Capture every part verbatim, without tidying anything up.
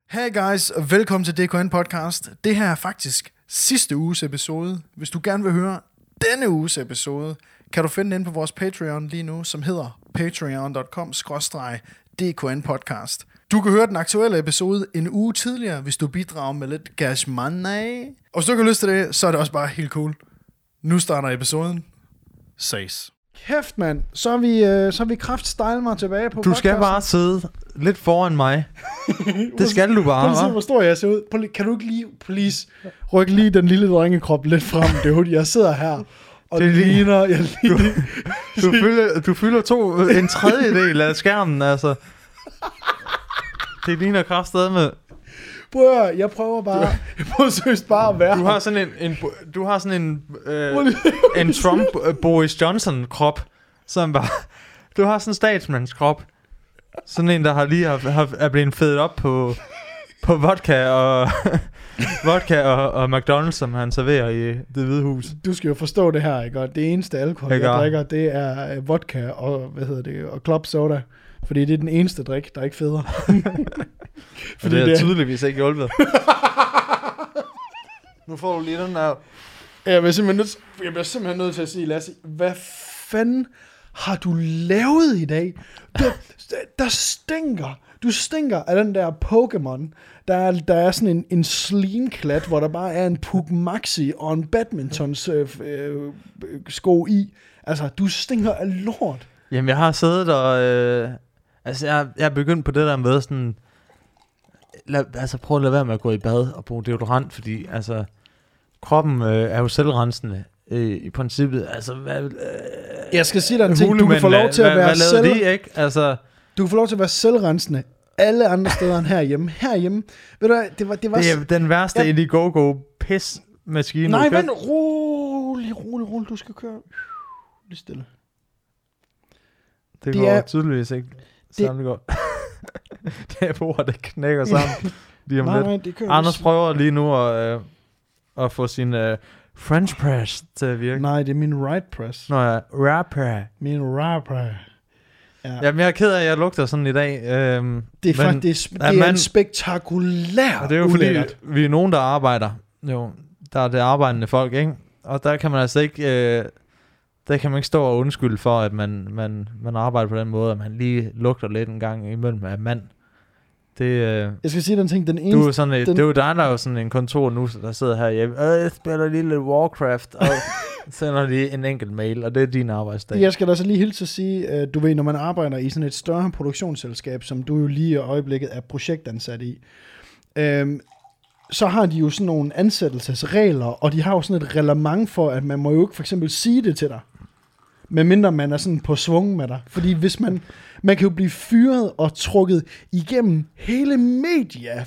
Hey guys, og velkommen til D K N Podcast. Det her er faktisk sidste uges episode. Hvis du gerne vil høre denne uges episode, kan du finde den på vores Patreon lige nu, som hedder patreon punktum com skråstreg D K N Podcast. Du kan høre den aktuelle episode en uge tidligere, hvis du bidrager med lidt cash money. Og hvis du ikke har lyst til det, så er det også bare helt cool. Nu starter episoden. Ses. Kæft, mand. Så er vi, øh, så er vi kraftstyle mig tilbage på Du podcasten. Skal bare sidde lidt foran mig. Det skal du bare. Prøv at se, hvor stor jeg ser ud. Kan du ikke lige, please, rykke lige den lille drengekrop lidt frem, dude? Jeg sidder her og det ligner... Jeg ligner du, du, fylder, du fylder to, en tredjedel af skærmen, altså. Det ligner kraftedeme med... Prøv at høre, jeg prøver bare... Jeg prøver seriøst bare at være... Du har sådan en... en du har sådan en... Øh, en Trump-Boris Johnson-krop, som bare... Du har sådan en statsmandskrop. Sådan en, der har lige har, har, er blevet fedet op på, på vodka og... vodka og, og McDonald's, som han serverer i Det Hvide Hus. Du skal jo forstå det her, ikke? Og det eneste alkohol, jeg, jeg drikker, det er vodka og, hvad hedder det, og club soda. Fordi det er den eneste drik, der er ikke federe. Fordi det er det... tydeligvis ikke hjulpet. Nu får du lige den der... Jeg bliver simpelthen nødt, jeg bliver simpelthen nødt til at sige, Lasse, hvad fanden har du lavet i dag? Du, der stinker. Du stinker af den der Pokémon. Der er, der er sådan en, en slinklat, hvor der bare er en Pug Maxi og en badmintons øh, øh, sko i. Altså, du stinker af lort. Jamen, jeg har siddet og... Øh, altså, jeg, jeg er begyndt på det der med sådan... Lad, altså, prøv at lade være med at gå i bad og bruge deodorant, fordi altså... Kroppen øh, er jo selvrensende øh, i princippet. Altså, hvad... Øh, jeg skal sige dig en ting. Du kan få lov til at hvad, være hvad selv... de, ikke? Altså... Du kan få lov til at være selvrensende alle andre steder end herhjemme. Herhjemme, ved du hvad, det var... Det, var det er den værste ja. Indiegogo pis maskine. Nej, vent, rolig, rolig, rolig, du skal køre lige stille. Det, det går er, tydeligvis ikke sammen godt. Det er bord, der knækker sammen. Lige om nej, lidt. nej, det kører Anders prøver lige nu at, øh, at få sin øh, French press til at virke. Nej, det er min right press. Nå ja, rapper. Min rapper. Ja. Jamen, jeg er ked af, at jeg lugter sådan i dag. Øhm, det er faktisk det er, det er en spektakulær og det er jo ulækkert. Fordi, vi er nogen, der arbejder. Jo, der er det arbejdende folk, ikke? Og der kan man altså ikke... Øh, der kan man ikke stå og undskylde for, at man, man, man arbejder på den måde, at man lige lugter lidt en gang imellem af mand. Det, øh, jeg skal sige den ting, den eneste... Du er sådan et, den, det er jo dig, der er jo sådan en kontor nu, der sidder her hjemme. Øh, jeg spiller lige lidt Warcraft, og sender lige en enkelt mail, og det er din arbejdsdag. Jeg skal da så lige hilse at sige, du ved, når man arbejder i sådan et større produktionsselskab, som du jo lige i øjeblikket er projektansat i, øhm, så har de jo sådan nogle ansættelsesregler, og de har jo sådan et reglement for, at man må jo ikke for eksempel sige det til dig, medmindre man er sådan på svung med dig. Fordi hvis man, man kan jo blive fyret og trukket igennem hele media,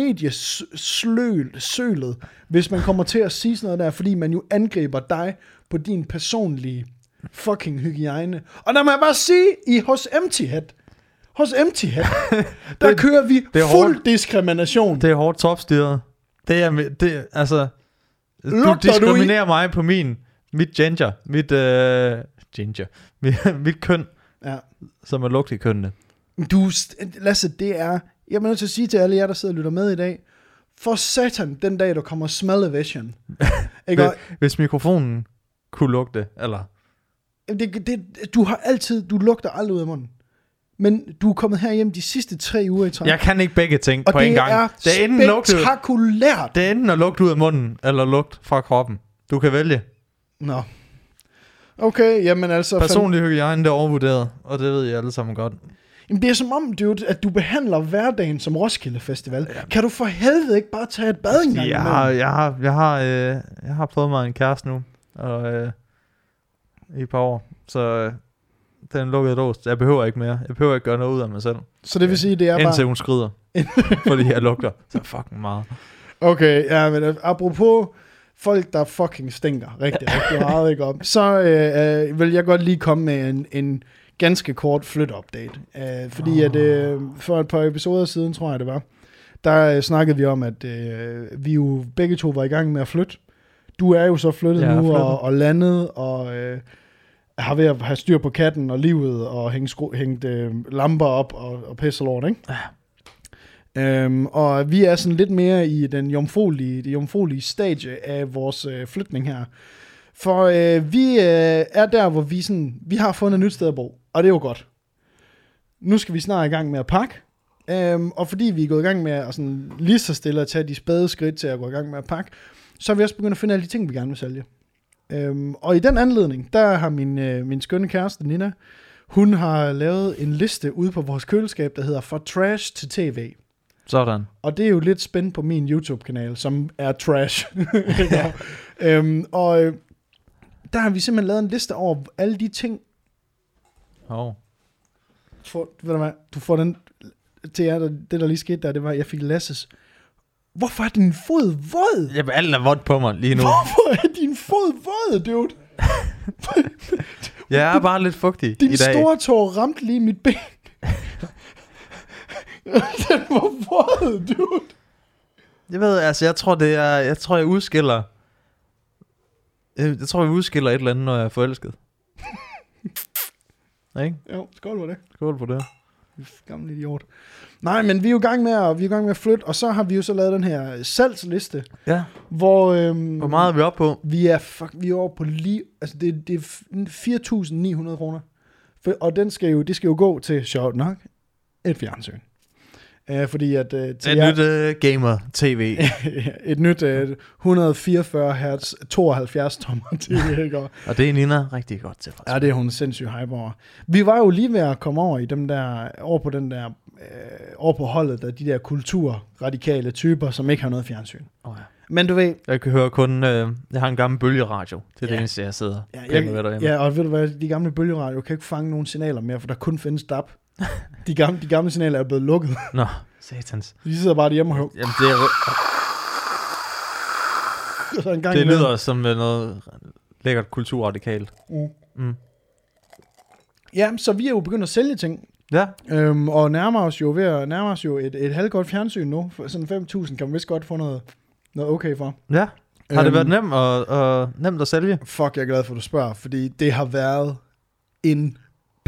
mediesølet, hvis man kommer til at sige sådan noget der, fordi man jo angriber dig på din personlige fucking hygiejne. Og der må jeg bare sige, i hos Empty Head, hos Empty Head, der det, kører vi fuld hårdt, diskrimination. Det er hårdt topstyret. Det er, det, altså, lugter du diskriminerer du mig på min, mit ginger, mit, øh, ginger, mit, mit køn, ja. Som er lugt i kønnene. Du, Lasse, det er, jeg må nødt til at sige til alle jer, der sidder og lytter med i dag, for satan, den dag, du kommer smell-o-vision. Hvis, hvis mikrofonen kunne lugte, eller? Det, det, du har altid, du lugter aldrig ud af munden. Men du er kommet herhjem de sidste tre uger i træk. Jeg kan ikke begge ting og på en gang. Og det er spektakulært. Det er enten at lugte ud af munden, eller lugt fra kroppen. Du kan vælge. Nå. Okay, jamen altså... Personlig hygiejne, det er overvurderet, og det ved jeg alle sammen godt. Jamen det er som om, dude, at du behandler hverdagen som Roskilde Festival. Ja. Kan du for helvede ikke bare tage et bad en gang? Jeg har, jeg har, jeg har, øh, jeg har prøvet mig en kæreste nu, og øh, i et par år, så... Øh, den lukkede dås. Jeg behøver ikke mere. Jeg behøver ikke gøre noget ud af mig selv. Så det vil sige, det er indtil bare... Indtil hun skrider. Fordi jeg lugter så fucking meget. Okay, ja, men apropos folk, der fucking stinker rigtig, rigtig meget, ikke om, så øh, øh, vil jeg godt lige komme med en, en ganske kort flyt-update. Øh, fordi oh. at øh, for et par episoder siden, tror jeg det var, der øh, snakkede vi om, at øh, vi jo begge to var i gang med at flytte. Du er jo så flyttet nu flyttet. Og, og landet, og... Øh, har ved at have styr på katten og livet, og hængt, skru, hængt øh, lamper op og, og pisse lort, ikke? Øhm, og vi er sådan lidt mere i den jomfruelige, det jomfruelige stadie af vores øh, flytning her. For øh, vi øh, er der, hvor vi, sådan, vi har fundet et nyt sted at bo, og det er jo godt. Nu skal vi snart i gang med at pakke, øhm, og fordi vi er gået i gang med at sådan, lige så stille at tage de spæde skridt til at gå i gang med at pakke, så har vi også begyndt at finde alle de ting, vi gerne vil sælge. Øhm, og i den anledning, der har min, øh, min skønne kæreste, Nina, hun har lavet en liste ude på vores køleskab, der hedder Fra Trash til T V. Sådan. Og det er jo lidt spændt på min YouTube-kanal, som er trash. øhm, og øh, der har vi simpelthen lavet en liste over alle de ting. Oh. For, ved du hvad, du får den til jer, det der lige skete der, det var, at jeg fik Lasses. Hvorfor er din fod våd? Jamen, alt er vådt på mig lige nu. Hvorfor er din fod våd, dude? Jeg er bare lidt fugtig din i dag. Din store tår ramte lige mit ben. Den var våd, dude. Jeg ved, altså, jeg tror, det er, jeg tror, jeg udskiller, jeg, jeg tror, jeg udskiller et eller andet, når jeg er forelsket. Ikke? Jo, skål på det. Skål på det. Gammel idiot. Nej, men vi er jo i gang med at, vi er i gang med at flytte, og så har vi jo så lavet den her salgsliste. Ja. Hvor, øhm, hvor meget er vi oppe på? Vi er, fuck, vi er oppe på lige, altså det, det er fire tusind ni hundrede kroner. For, og den skal jo, det skal jo gå til, sjovt nok, et fjernsyn. Uh, fordi at... Uh, til et jer, nyt uh, gamer-tv. et nyt uh, et hundrede og fireogfyrre hertz, tooghalvfjerds tommer tv, ikke? Og det er Nina rigtig godt til. Ja, det er hun sindssygt hype over. Vi var jo lige ved at komme over i dem der, over på den der, øh, over på holdet, der de der kulturradikale typer, som ikke har noget fjernsyn. Oh, ja. Men du ved... Jeg kan høre kun, øh, jeg har en gammel bølgeradio. Det er ja. det eneste, jeg sidder ja, jeg, ved derhjemme. Ja, og ved du hvad, de gamle bølgeradio kan ikke fange nogen signaler mere, for der kun findes D A B. De gamle, de gamle signaler er blevet lukket. Nå, satans. De sidder bare hjemme og hører. Jamen, det er... Så en gang det med. lyder som noget lækkert kulturradikalt. Mm. Mm. Ja, så vi er jo begyndt at sælge ting. Ja. Øhm, og nærmer os jo ved at nærme os jo et, et halvgodt fjernsyn nu. For sådan fem tusind kan man vist godt få noget, noget okay for. Ja. Har øhm, det været nemt at, uh, nemt at sælge? Fuck, jeg er glad for, at du spørger, fordi det har været en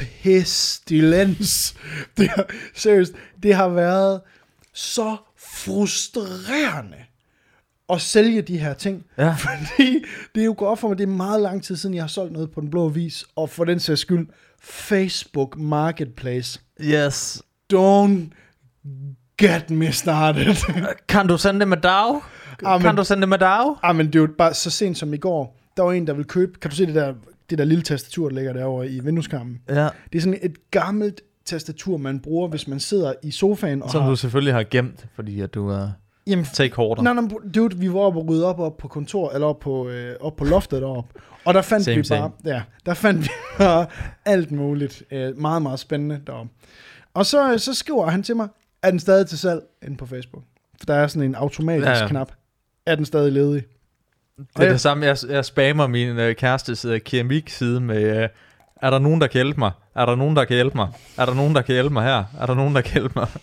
pestilens. Det har, seriøst, det har været så frustrerende at sælge de her ting. Ja. Fordi det er jo godt for mig, det er meget lang tid siden, jeg har solgt noget på Den Blå Avis, og for den sags skyld, Facebook Marketplace. Yes. Don't get me started. Kan du sende det med dag? Amen. Kan du sende det med dag? Jamen, det er jo bare så sent som i går, der var en, der ville købe, kan du se det der, det der lille tastatur, der ligger derovre i vindueskarmen? Ja. Det er sådan et gammelt tastatur, man bruger, hvis man sidder i sofaen. Og som har... du selvfølgelig har gemt, fordi at du er Jamen, take-holder. Nej, nej, dude, vi var oppe og rydde op, op på kontor, eller op på, øh, op på loftet deroppe. Og der fandt same, vi bare, ja, der fandt vi bare alt muligt. Øh, meget, meget spændende deroppe. Og så, så skriver han til mig, er den stadig til salg inde på Facebook? For der er sådan en automatisk ja, ja. knap. Er den stadig ledig? Det er jeg, det samme, jeg, jeg spammer min øh, kærestes øh, keramik-side med, øh, er der nogen, der kan hjælpe mig? Er der nogen, der kan hjælpe mig? Er der nogen, der kan hjælpe mig her? Er der nogen, der kan hjælpe mig?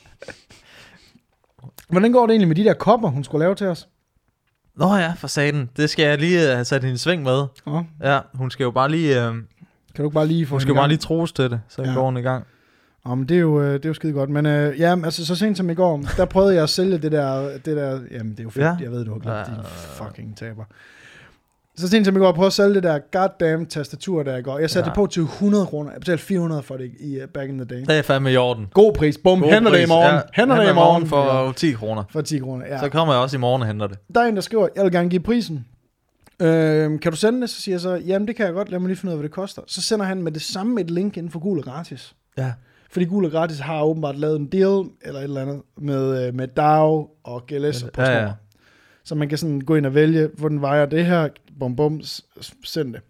Hvordan går det egentlig med de der kopper, hun skulle lave til os? Nå ja, for satan. Det skal jeg lige have sat hende i sving med. Ja. Ja, hun skal jo bare lige... Øh, kan du ikke bare lige få Hun skal jo bare lige tros til det, så ja. går hun i gang. Ja, men det er jo, det er jo skide godt. Men øh, ja, altså så sent som i går, der prøvede jeg at sælge det der... Det der jamen, det er jo fedt. Ja. Jeg ved, du har glemt, ja. Din fucking taber. Så sent som i går, jeg prøvede at sælge det der goddamn tastatur, der i går. Jeg satte ja. det på til hundrede kroner. Jeg betalte fire hundrede for det i uh, back in the day. Det er fandme i orden. God pris. Bum, God henter pris. det i morgen. Ja, henter det i morgen. For ti kroner. For ti kroner, ja. Så kommer jeg også i morgen og henter det. Der er en, der skriver, jeg vil gerne give prisen. Øh, kan du sende det? Så siger jeg så, jamen det kan jeg godt. Lad mig lige finde ud af, hvad det koster. Så sender han med det samme et link inden for Gul og Gratis. Ja. Fordi Gul og Gratis har åbenbart lavet en deal, eller et eller andet, med, med D A O og G L S og PostNord. Ja, ja. Så man kan sådan gå ind og vælge, hvor den vejer det her, bum bum, send det.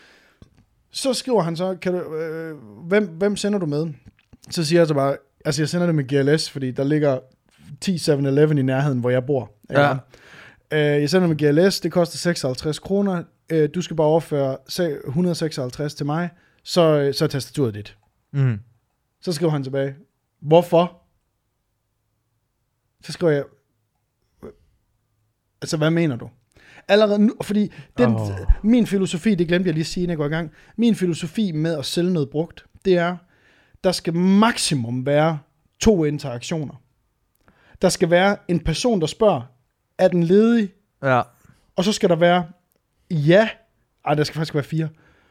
Så skriver han så, kan du, øh, hvem, hvem sender du med? Så siger jeg så bare, altså jeg sender det med G L S, fordi der ligger ti seven eleven i nærheden, hvor jeg bor. Ja. Øh, jeg sender det med G L S, det koster seksoghalvtreds kroner. Øh, du skal bare overføre et hundrede og seksoghalvtreds til mig, så, så er tastaturet dit. Mm. Så skriver han tilbage, hvorfor? Så skriver jeg, altså, hvad mener du? Allerede nu, fordi den, oh. min filosofi, det glemte jeg lige at sige, inden jeg går i gang, min filosofi med at sælge noget brugt, det er, der skal maksimum være to interaktioner. der skal være en person, der spørger, er den ledig? Ja. Og så skal der være, ja, ej, der skal faktisk være fire.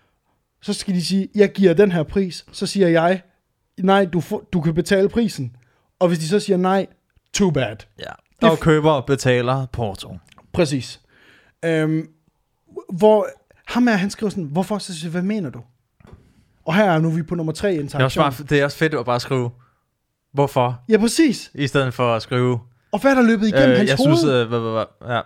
Så skal de sige, jeg giver den her pris. Så siger jeg, nej, du, får, du kan betale prisen. Og hvis de så siger nej, too bad. Ja. Og køber og betaler porto. Præcis. Øhm, hvor ham her, han skriver sådan, hvorfor? Så siger jeg, hvad mener du? Og her er nu vi på nummer tre interaktion. Det er, også bare, det er også fedt at bare skrive, hvorfor? Ja, præcis. I stedet for at skrive... Og hvad er der løbet igennem øh, hans jeg hoved? Synes, øh, hvad, hvad, hvad, ja.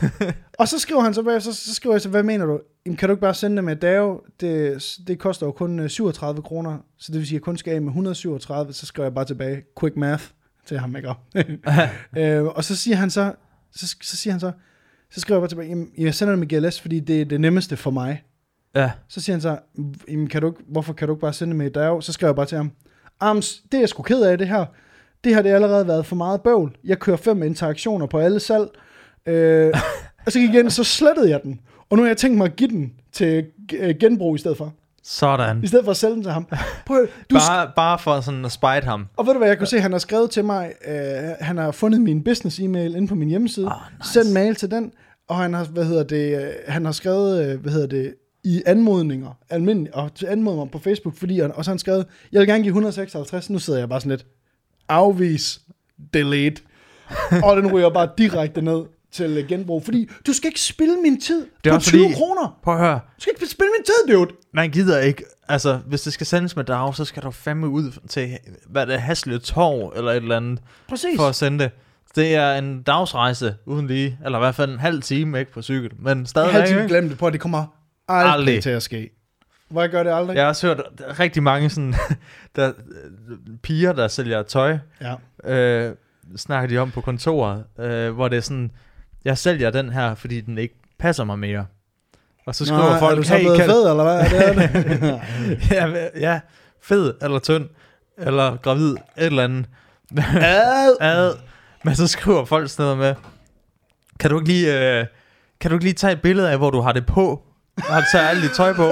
Og så skriver han så, så, så skriver jeg så, hvad mener du? Jamen, kan du ikke bare sende det med Dave? Det, det koster jo kun syvogtredive kroner, så det vil sige, at jeg kun skal af med et hundrede og syvogtredive, så skriver jeg bare tilbage, quick math til ham, ikke? øh, og så siger han så, så, så siger han så, så skriver jeg bare tilbage, jamen, jeg sender det med G L S, fordi det er det nemmeste for mig. Ja. Så siger han så, jamen, kan du ikke, hvorfor kan du ikke bare sende det med Dave? Så skriver jeg bare til ham, Arms, det er jeg sgu ked af, det her. Det har det allerede været for meget bøvl. Jeg kører fem interaktioner på alle salg. Øh, og så gik jeg igen, så slettede jeg den. Og nu har jeg tænkt mig at give den til genbrug i stedet for. Sådan. I stedet for at sælge den til ham. Prøv, du bare, bare for sådan at spite ham. Og ved du hvad, jeg kunne se, han har skrevet til mig, øh, han har fundet min business e-mail inde på min hjemmeside. Oh, nice. Send mail til den. Og han har, hvad hedder det, øh, han har skrevet, øh, hvad hedder det, i anmodninger, almindeligt, og til anmodninger på Facebook, fordi, og så har han skrevet, jeg vil gerne give et hundrede og seksoghalvtreds, nu sidder jeg bare sådan lidt, afvis, delete, og den ryger bare direkte ned til genbrug, fordi du skal ikke spille min tid det på tyve kroner. Prøv at høre. Du skal ikke spille min tid, dude. Man gider ikke, altså, hvis det skal sendes med dag, så skal du fandme ud til, hvad det er, Hasle Torv, eller et eller andet, præcis, for at sende det. Det er en dagsrejse, uden lige, eller i hvert fald en halv time, ikke, på cykel, men stadig. Jeg har altid glemt det på, at det kommer aldrig, aldrig til at ske. Hvor jeg gør det aldrig? Jeg har også hørt rigtig mange sådan, der, piger, der sælger tøj, ja. øh, snakker de om på kontoret, øh, hvor det er sådan, jeg sælger den her, fordi den ikke passer mig mere. Og så skriver Nå, folk, er du så blevet kan... fed, eller hvad? Det er det. ja, ja, fed, eller tynd, eller gravid, et eller andet. Ad. Ad. Men så skriver folk sådan noget med, kan du ikke lige, øh, kan du ikke lige tage et billede af, hvor du har det på, og tager alt dit tøj på?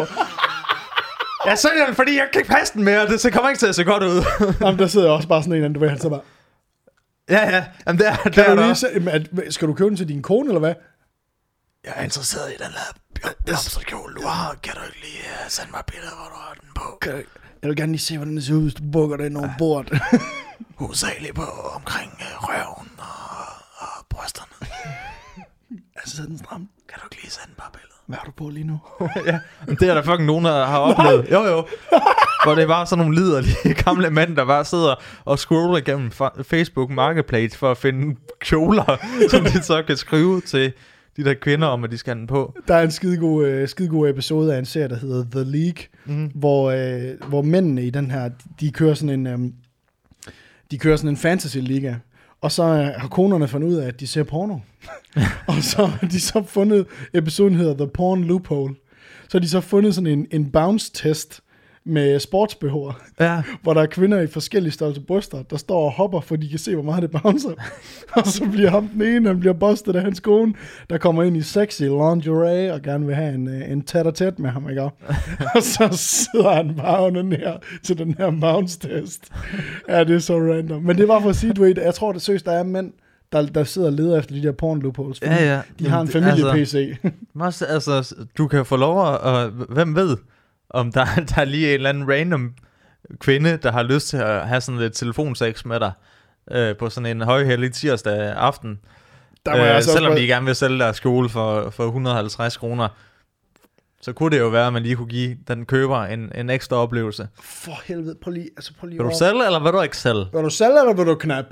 Jeg sælger den, fordi jeg kan ikke passe den mere. Det kommer ikke til at se godt ud. Jamen, der sidder også bare sådan en eller anden, du ved, han så bare... Ja, ja. Jamen, det er, kan det er du lige se, skal du købe den til din kone, eller hvad? Jeg er interesseret i den her blomsterkjole, du har. Kan du ikke lige uh, sende mig billeder, hvor du har den på? Kan jeg, jeg vil gerne lige se, hvordan det ser ud, hvis du bukker den over ja. Bordet. Hovedsageligt på omkring uh, røven og, og brysterne. Altså, sådan stram. Kan du ikke lige sende et par billeder? Hvad har du på lige nu? Ja, det er der fucking nogen, der har oplevet. Jo, jo. Hvor det var sådan nogle liderlige gamle mænd, der bare sidder og scroller igennem Facebook Marketplace for at finde kjoler, som de så kan skrive til de der kvinder om, at de skal have den på. Der er en skidegod, øh, skidegod episode af en serie, der hedder The League, mm. hvor, øh, hvor mændene i den her, de kører sådan en, øh, de kører sådan en fantasy-liga. Og så har konerne fundet ud af, at de ser porno. Og så har de så fundet, episoden hedder The Porn Loophole. Så har de så fundet sådan en, en bounce-test med sportsbehår, ja. Hvor der er kvinder i forskellige størrelse bryster, der står og hopper, for de kan se, hvor meget det bouncer. Og så bliver ham den ene, han bliver bustet af hans kone, der kommer ind i sexy lingerie og gerne vil have en, en tæt-tæt med ham, ikke? Og så sidder han bare under den her, til den her bounce-test. Ja, det er så random. Men det var for at sige, du ved, jeg tror det søs, der er mænd, der, der sidder og leder efter de der porn loopholes. Ja, ja. De har en familie-P C. Altså, altså, du kan få lov at, og hvem ved, om der, der er lige en eller anden random kvinde, der har lyst til at have sådan lidt telefonsex med dig, øh, på sådan en højhellig tirsdag aften. Der øh, altså selvom de gerne vil sælge deres skole for, for et hundrede og halvtreds kroner, så kunne det jo være, at man lige kunne give den køber en, en ekstra oplevelse. For helvede, prøv lige, altså prøv lige vil du sælge, eller vil du ikke sælge? Vil du sælge, eller vil du knap?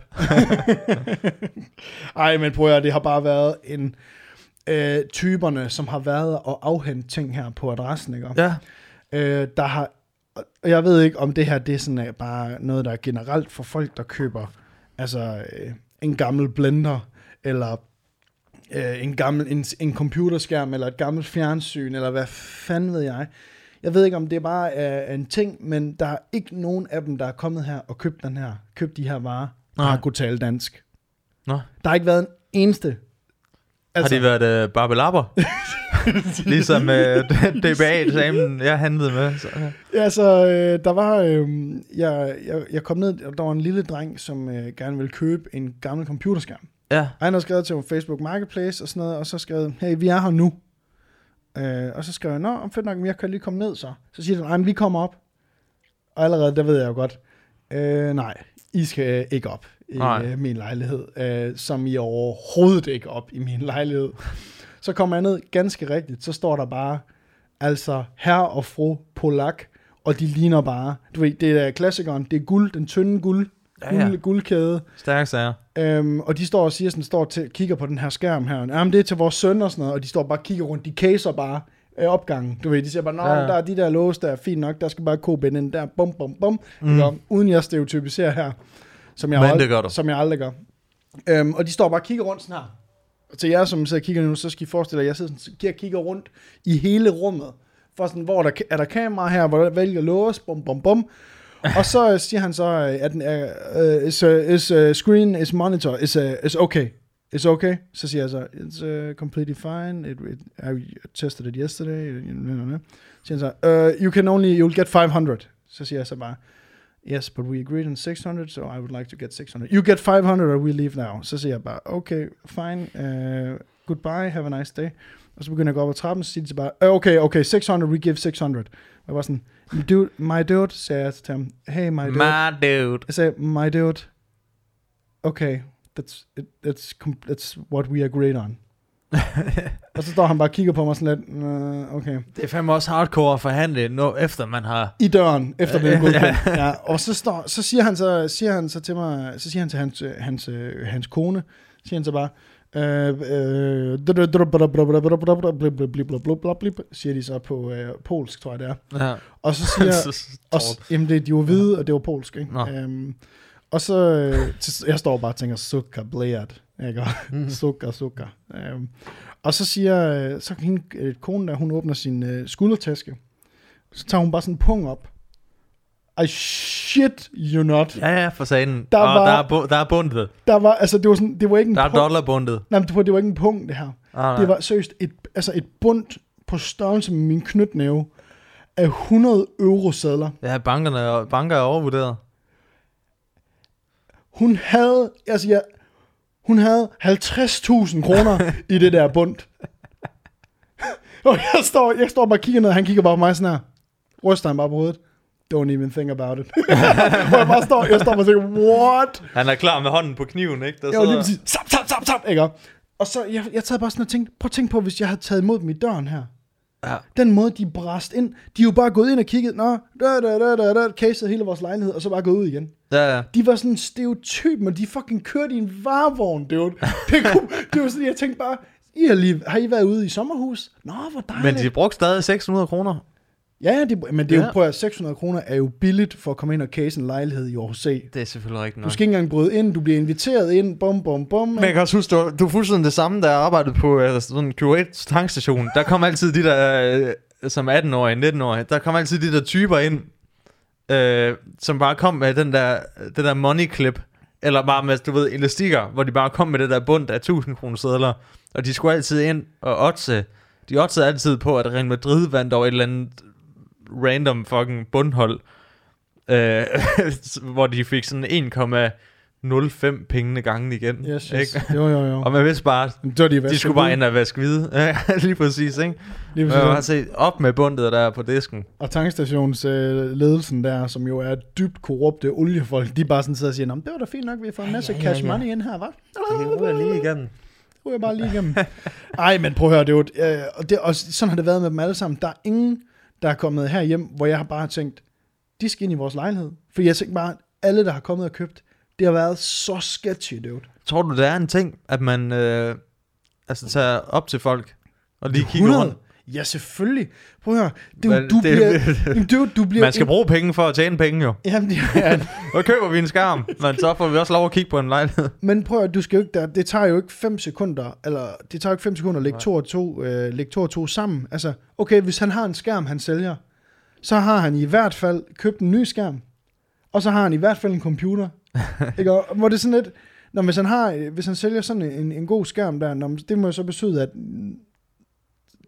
Ej, men prøv at det har bare været en øh, typerne, som har været og afhentet ting her på adressen, ikke? Ja. Øh, der har, og jeg ved ikke, om det her, det er sådan er bare noget, der er generelt for folk, der køber, altså øh, en gammel blender, eller øh, en gammel, en, en computerskærm, eller et gammelt fjernsyn, eller hvad fanden ved jeg. Jeg ved ikke, om det bare er en ting, men der er ikke nogen af dem, der er kommet her og købt den her, købt de her varer, der har kunnet tale dansk. Nå. Der har ikke været en eneste. Altså, har de været øh, barbelapper? Ligesom øh, D B A-eksamen, jeg handlede med. Så. Ja, så øh, der var, øh, jeg, jeg, jeg kom ned, og der var en lille dreng, som øh, gerne ville købe en gammel computerskærm. Ja. Han har skrevet til Facebook Marketplace og sådan noget, og så skrevet, hey, vi er her nu. Øh, og så skrev jeg, nå, fedt nok, jeg kan lige komme ned så. Så siger han, nej, men vi kommer op. Og allerede, der ved jeg jo godt, øh, nej, I skal ikke op i øh, min lejlighed, øh, som I overhovedet ikke op i min lejlighed. Så kommer jeg ned, ganske rigtigt, så står der bare, altså herre og fru Polak, og de ligner bare, du ved, det er klassikeren, det er guld, den tynde guld, guld ja, ja. guldkæde. Stærk sager. Øhm, og de står og siger sådan, står til, kigger på den her skærm her, jamen det er til vores søn og sådan noget, og de står bare og kigger rundt, de caser bare af opgangen, du ved, de siger bare, nå, ja. der er de der låse, der er fint nok, der skal bare kobe ind der, bum, bum, bum, mm. og, uden jeg stereotypiserer her, som jeg, ald- som jeg aldrig gør. Øhm, og de står bare og kigger rundt sådan her. Og til jer, som sidder og kigger nu, så skal I forestille jer, at jeg sidder sådan, og kigger rundt i hele rummet, for sådan, hvor der, er der kamera her, hvor der vælger låse, bum, bum, bum. Og så siger han så, at den er, uh, is, uh, is uh, screen, is monitor, is, uh, is okay. It's okay. Så siger jeg så, it's uh, completely fine. It, it, I tested it yesterday. Så siger han så, uh, you can only, you'll get five hundred. Så siger jeg så bare, yes, but we agreed on six hundred, so I would like to get six hundred. You get five hundred or we leave now. Så siger jeg bare, okay, fine, uh, goodbye, have a nice day. Og så begynder jeg at gå op ad trappen, så siger de så bare, okay, okay, six hundred, we give six hundred. Og jeg var sådan, dude, my dude, sagde jeg til ham, hey, my dude. My dude. Jeg sagde, my dude, okay, that's, it, that's, that's what we agreed on. Og så står han bare og kigger på mig sådan lidt, uh, okay. Det er fandme også hardcore at forhandle, når, efter man har... I døren, efter det er godkendt. Ja, og så, står, så, siger han så, siger han så til mig, så siger han til hans, hans, hans kone, siger han så bare, siger de så på polsk, tror jeg det er. Ja. Og så siger, og, jamen det, de var hvide, og det var polsk, ikke? Um, og så, jeg står bare og tænker, sukker, blæret, ikke? Sukker, sukker. Um, og så siger, så hende, konen der, hun åbner sin uh, skuldertaske, så tager hun bare sådan en pung op. I shit you not. Ja, ja, for sagen. Der, oh, var, der, er, bu- der er bundet. Der var, altså, det var sådan, det var ikke en Der er dollarbundet. Nej, det var, det var ikke en punkt, det her. Ah, det var seriøst et, altså et bundt på størrelse med min knytnæve af hundrede eurosedler. Ja, bankerne, banker er overvurderet. Hun havde, altså jeg, hun havde halvtreds tusind kroner i det der bundt. Og jeg står, jeg står bare og kigger ned, og han kigger bare på mig sådan her. Ryster han bare på hovedet. Don't even think about it. Og jeg bare står, jeg står og tænker, what? Han er klar med hånden på kniven, ikke? Der jeg var lige præcis, sap, sap, sap, sap, ikke? Og så, jeg, jeg tager bare sådan og tænkte, prøv at tænke på, hvis jeg havde taget imod dem i døren her. Ja. Den måde, de brast ind. De er jo bare gået ind og kigget, nå, da, da, da, da, da, caset hele vores lejlighed, og så bare gået ud igen. Ja, ja. De var sådan en stereotyp, men de fucking kørte i en varevogn, dude. Det, kunne, det var sådan, jeg tænkte bare, I har, lige, har I været ude i sommerhus? Nå, hvor dejligt. Men de brugte stadig seks hundrede kroner. Ja, det, men det er ja. jo, prøv at seks hundrede kroner er jo billigt for at komme ind og case en lejlighed i Aarhus C. Det er selvfølgelig rigtigt nok. Du skal ikke engang bryde ind, du bliver inviteret ind, bum, bum, bum. Men jeg kan også huske, du, du er fuldstændig det samme, da jeg arbejdede på uh, sådan en Q otte tankstation. Der kom altid de der, uh, som atten-årige, nitten-årige, der kom altid de der typer ind, uh, som bare kom med den der, den der money clip, eller bare med, du ved, elastikker, hvor de bare kom med det der bund af tusind kroner sedler, og de skulle altid ind og oddse. De oddsede altid på, at Real Madrid vandt over et eller andet random fucking bundhold, øh, hvor de fik sådan en komma nul fem pengene gangen igen. Yes, yes. Ikke? Jo, jo, jo. Og man vidste bare, de, de skulle bare ind og vaske hvide. Lige præcis, ikke? Lige præcis. Man har set op med bundet der på disken. Og tankstationsledelsen øh, der, som jo er dybt korrupte oliefolk, de bare sådan sidder og siger, det var da fint nok, vi har fået en masse ja, ja, cash money ja. ind her, hva'? Det kan lige igennem. Det er bare lige igennem. Ej, men prøv at høre, det er jo, øh, og, det, og sådan har det været med dem alle sammen. Der er ingen, der er kommet her hjem, hvor jeg har bare tænkt, de skal ind i vores lejlighed. For jeg tænker bare, alle, der har kommet og købt, det har været så sketchy, dude. Tror du, det er en ting, at man øh, altså tager op til folk, og lige kigger rundt? Ja, selvfølgelig. Prøv at høre. Det, du, du, det, bliver, du, du bliver man skal en... bruge penge for at tjene penge, jo. Jamen, det er... Og køber vi en skærm, men så får vi også lov at kigge på en lejlighed. Men prøv at høre, du skal jo ikke, der, det tager jo ikke fem sekunder, eller det tager jo ikke fem sekunder at lægge to og to, øh, lægge to og to sammen. Altså, okay, hvis han har en skærm, han sælger, så har han i hvert fald købt en ny skærm, og så har han i hvert fald en computer. Ikke? Og, hvor det er sådan lidt, når, hvis, han har, hvis han sælger sådan en, en god skærm der, når, det må jo så betyde, at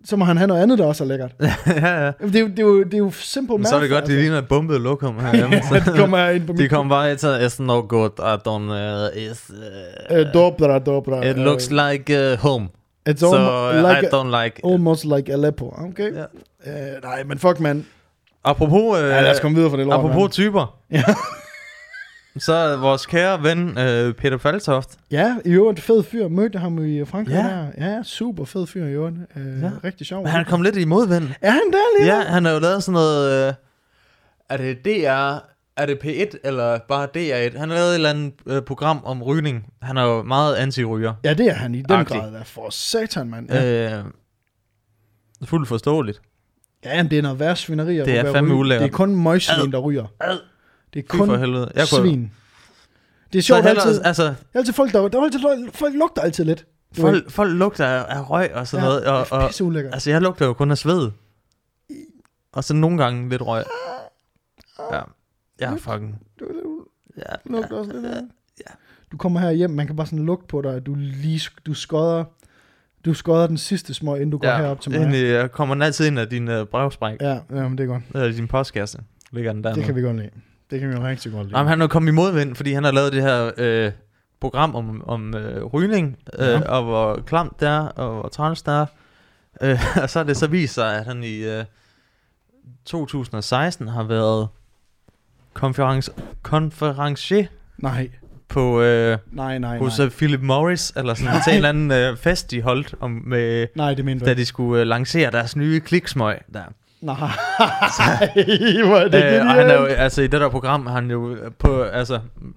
så må han have noget andet, der også er lækkert. ja, ja. Det er jo, det er jo, det er jo simple math. Så er det godt, altså. De ligner et bombet lokum herhjemme. ja, de kommer ind på De kommer bare til, it's no good, I don't, uh, is, uh, uh, dobra, dobra. It looks like uh, home. It's so uh, like I don't like... Almost like Aleppo, okay? Yeah. Uh, nej, men fuck, man. Apropos... Uh, ja, lad os komme videre fra det lort, apropos man. Typer. Ja. Så er vores kære ven, uh, Peter Faltoft. Ja, i øvrigt fed fyr. Mødte ham i Frankrig ja. der. Ja, super fed fyr i øvrigt. Uh, ja. Rigtig sjov. Men han kom lidt i modvind. Er han der lige? Ja, han har jo lavet sådan noget... Uh, er det D R... Er det P et eller bare D R et? Han har lavet et eller andet uh, program om rygning. Han er jo meget anti-ryger. Ja, det er han i den Agtig. grad. Der for satan, mand. Ja. Uh, fuldt forståeligt. Ja, men det er noget værre svinerier. Det er fandme ulækkert. Det er kun møgsvin, der ryger. Ad. Det er kun Jeg svin. Det er sjovt heller, altid. Altså, altid folk, der, der altid, folk lugter altid lidt. Folk, folk lugter af, af røg og sådan ja, noget. Og, det er pisse ulækkert. Altså, jeg lugter jo kun af sved. Og så nogle gange lidt røg. Ja. Jeg er fucking... Du, du, ja, du lugter også lidt. Ja. Du kommer her hjem, man kan bare sådan lugte på dig, at du lige du skodder, du skodder den sidste smøg, inden du går ja, herop til mig. Egentlig, jeg kommer altid ind af din uh, brevspræk. Ja, ja, men det er godt. Eller din postkasse. Ligger den der. Det kan vi godt lide. Det kan vi jo rigtig godt lide. Jamen, han er kommet i modvind, fordi han har lavet det her øh, program om, om øh, rygning, øh, ja. Og hvor klamt det er, og hvor træls det er. Øh, og så er det så vist sig, at han i øh, to tusind og seksten har været konference, konferencier nej. på øh, nej, nej, hos nej. Uh, Philip Morris, eller sådan til en eller anden øh, fest, de holdt, om, med, nej, det da de skulle øh, lancere deres nye kliksmøg der. Nej, hvor er det øh, og han er jo, altså i det der program, han jo på, altså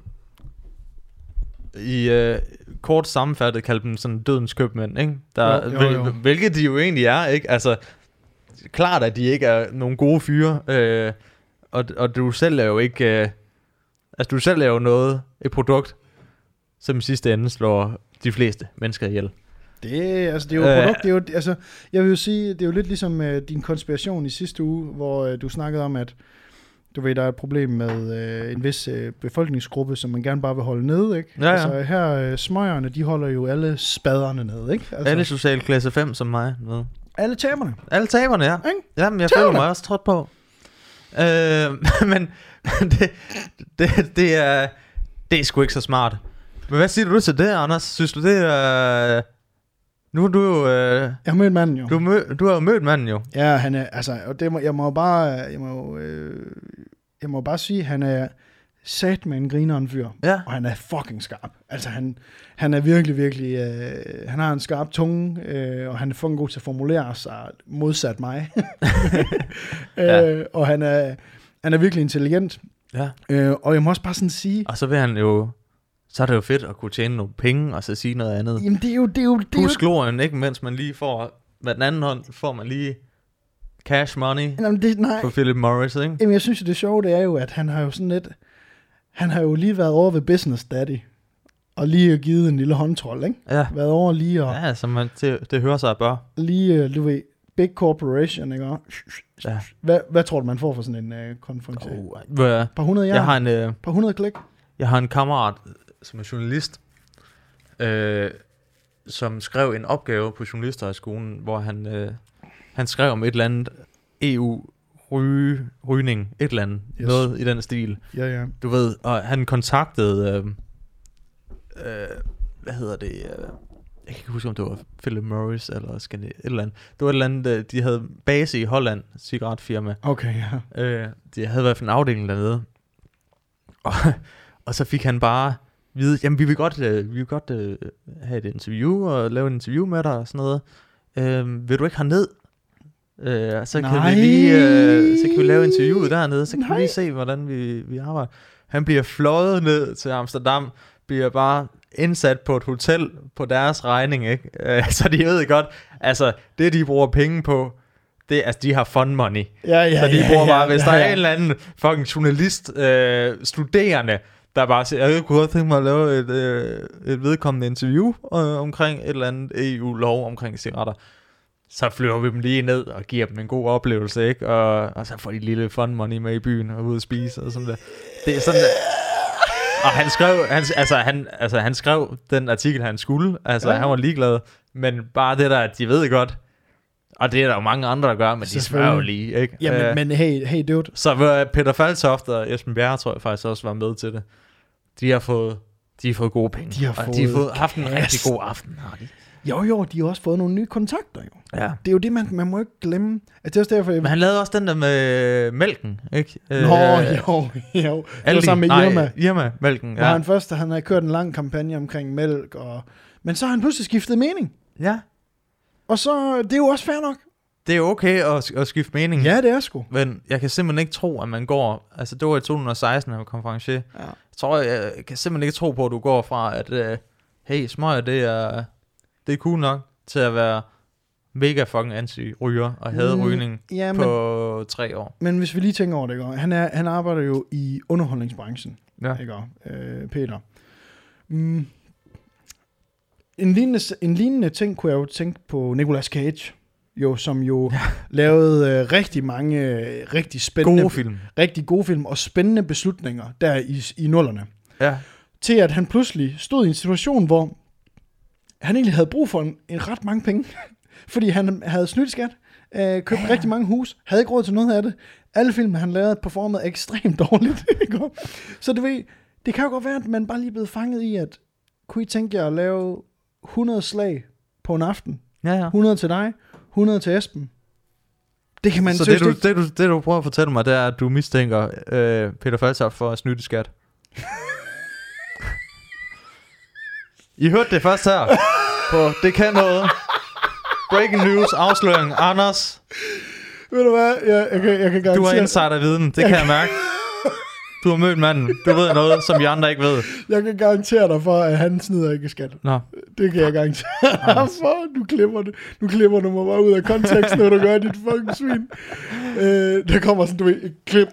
i øh, kort sammenfattet kaldt dem sådan dødens købmænd, ikke? Der, jo, jo, jo. Hvil, hvilket de jo egentlig er, ikke? Altså, klart at de ikke er nogen gode fyre, øh, og, og du selv er jo ikke, øh, altså du selv er jo noget, et produkt, som i sidste ende slår de fleste mennesker ihjel. Det, altså, det er jo et produkt, det er jo, altså, jeg vil jo sige, det er jo lidt ligesom uh, din konspiration i sidste uge, hvor uh, du snakkede om, at du ved, der er et problem med uh, en vis uh, befolkningsgruppe, som man gerne bare vil holde nede, ikke? Ja, ja. Altså her, uh, smøgerne, de holder jo alle spaderne nede, ikke? Altså, alle social klasse fem som mig, ved. Alle taberne. Alle taberne, ja. Ikke? Jamen, jeg taberne. føler mig også trådt på. Øh, men det, det, det, er, det er sgu ikke så smart. Men hvad siger du til det, Anders? Synes du, det er... Nu er du jo... Øh, jeg har mødt manden jo. Du, mød, du har jo mødt manden jo. Ja, han er... Altså, og det må, jeg må jo bare... Jeg må, øh, jeg må bare sige, han er sat med en grineren fyr. Ja. Og han er fucking skarp. Altså, han, han er virkelig, virkelig... Øh, han har en skarp tunge, øh, og han er fucking god til at formulere sig modsat mig. ja. øh, og han er, han er virkelig intelligent. Ja. Øh, og jeg må også bare sådan sige... Og så vil han jo... Så er det jo fedt at kunne tjene nogle penge, og så sige noget andet. Jamen, det er jo... Det er jo, det er Pus glorien, ikke? Mens man lige får... Med den anden hånd får man lige cash money. Jamen, det, nej. For Philip Morris, ikke? Jamen, jeg synes jo, det sjove, det er jo, at han har jo sådan lidt... Han har jo lige været over ved Business Daddy. Og lige givet en lille håndtrol, ikke? Ja. Været over lige og... Ja, så man, det, det hører sig at bør. Lige, du ved, big corporation, ikke? Ja. Hvad, hvad tror du, man får for sådan en uh, konference? Oh, uh, par hundrede jeg har en, uh, par hundrede klik? Jeg har en kammerat, som er journalist, øh, som skrev en opgave på Journalisthøjskolen, hvor han, øh, han skrev om et eller andet E U-ryge, rygning, et eller andet, yes. Noget i den stil. Ja, ja. Du ved, og han kontaktede, øh, øh, hvad hedder det, øh, jeg kan ikke huske, om det var Philip Morris, eller skal det, et eller andet. Det var et eller andet, de havde base i Holland, cigaretfirma. Okay, ja. Øh, de havde i hvert fald en afdeling dernede. Og, og så fik han bare vide, jamen vi vil godt, øh, vi vil godt øh, have et interview, og lave et interview med dig, og sådan noget. Øh, vil du ikke herned? Øh, så, kan vi lige, øh, så kan vi lave interviewet dernede, så kan Nej. vi lige se, hvordan vi, vi arbejder. Han bliver fløjet ned til Amsterdam, bliver bare indsat på et hotel på deres regning, ikke? Øh, så de ved godt, altså det de bruger penge på, det, altså de har fun money. Ja, ja, så de ja, bruger ja, bare, hvis ja, der ja. er en eller anden fucking journalist, øh, studerende, der bare siger, jeg kunne godt tænke mig at lave et, øh, et vedkommende interview øh, omkring et eller andet E U-lov omkring cigaretter. Så flyver vi dem lige ned og giver dem en god oplevelse, ikke? Og, og så får de lille fun money med i byen og ud at spise og sådan der. Det er sådan der. Og han skrev, han, altså, han, altså, han skrev den artikel, han skulle. Altså, ja. Han var ligeglad. Men bare det der, at de ved godt, Og det er der jo mange andre, der gør, men de smører jo lige, ikke? Ja, men, uh, men hey, hey dude. Så uh, Peter Faltoft og Esben Bjerre, tror jeg faktisk også var med til det. De har fået, de har fået gode penge. De har fået, og de har fået, haft en rigtig god aften, har de. Jo, jo, de har også fået nogle nye kontakter, jo. Ja. Det er jo det, man, man må ikke glemme. At det er også derfor, jeg... Men han lavede også den der med mælken, ikke? Nå, øh, jo, jo. Det var sammen med Irma. Nej, Irma, mælken, ja. Han først, han havde kørt en lang kampagne omkring mælk, og... men så har han pludselig skiftet mening. Ja. Og så, det er jo også fair nok. Det er jo okay at, at skifte mening. Ja, det er sgu. Men jeg kan simpelthen ikke tro, at man går... Altså, det var i to tusind og seksten, han var konferencier. Ja. Jeg tror, jeg, jeg kan simpelthen ikke tro på, at du går fra, at... Uh, hey, smøger, det er... Det er cool nok til at være mega fucking anti-ryger og havde mm, rygning ja, men, på tre år. Men hvis vi lige tænker over det, ikke? Han, er, han arbejder jo i underholdningsbranchen, ja. Ikke? Øh, Peter. Mm. En, lignende, en lignende ting kunne jeg jo tænke på Nicolas Cage, jo, som jo ja. lavede øh, rigtig mange øh, rigtig spændende gode film. rigtig gode film og spændende beslutninger der i, i nullerne. Ja. Til at han pludselig stod i en situation, hvor han egentlig havde brug for en, en ret mange penge, fordi han havde snydt skat, øh, købt ja. rigtig mange hus, havde ikke råd til noget af det. Alle film, han lavede, performede ekstremt dårligt. Så du ved, det kan jo godt være, at man bare lige er blevet fanget i, at kunne I tænke jer at lave hundrede slag på en aften? Ja, ja. hundrede til dig, hundrede til Esben. Det kan man så det du, det, du, det du prøver at fortælle mig, det er, at du mistænker øh, Peter Faltoft for at snyde skat. I hørte det først her på Det Kan Noget. Breaking news, afsløring. Anders. Ved du hvad? Jeg, jeg, kan, jeg kan garantere... Du har insiderviden, det jeg kan jeg mærke. Du har mødt manden. Du ved noget, som vi andre ikke ved. Jeg kan garantere dig for, at han snyder ikke skat. Nå. Det kan jeg garantere dig for. Du klipper det. Nu klipper du mig bare ud af kontekst, når du gør dit fucking svin. Øh, der kommer sådan, du ved, klip.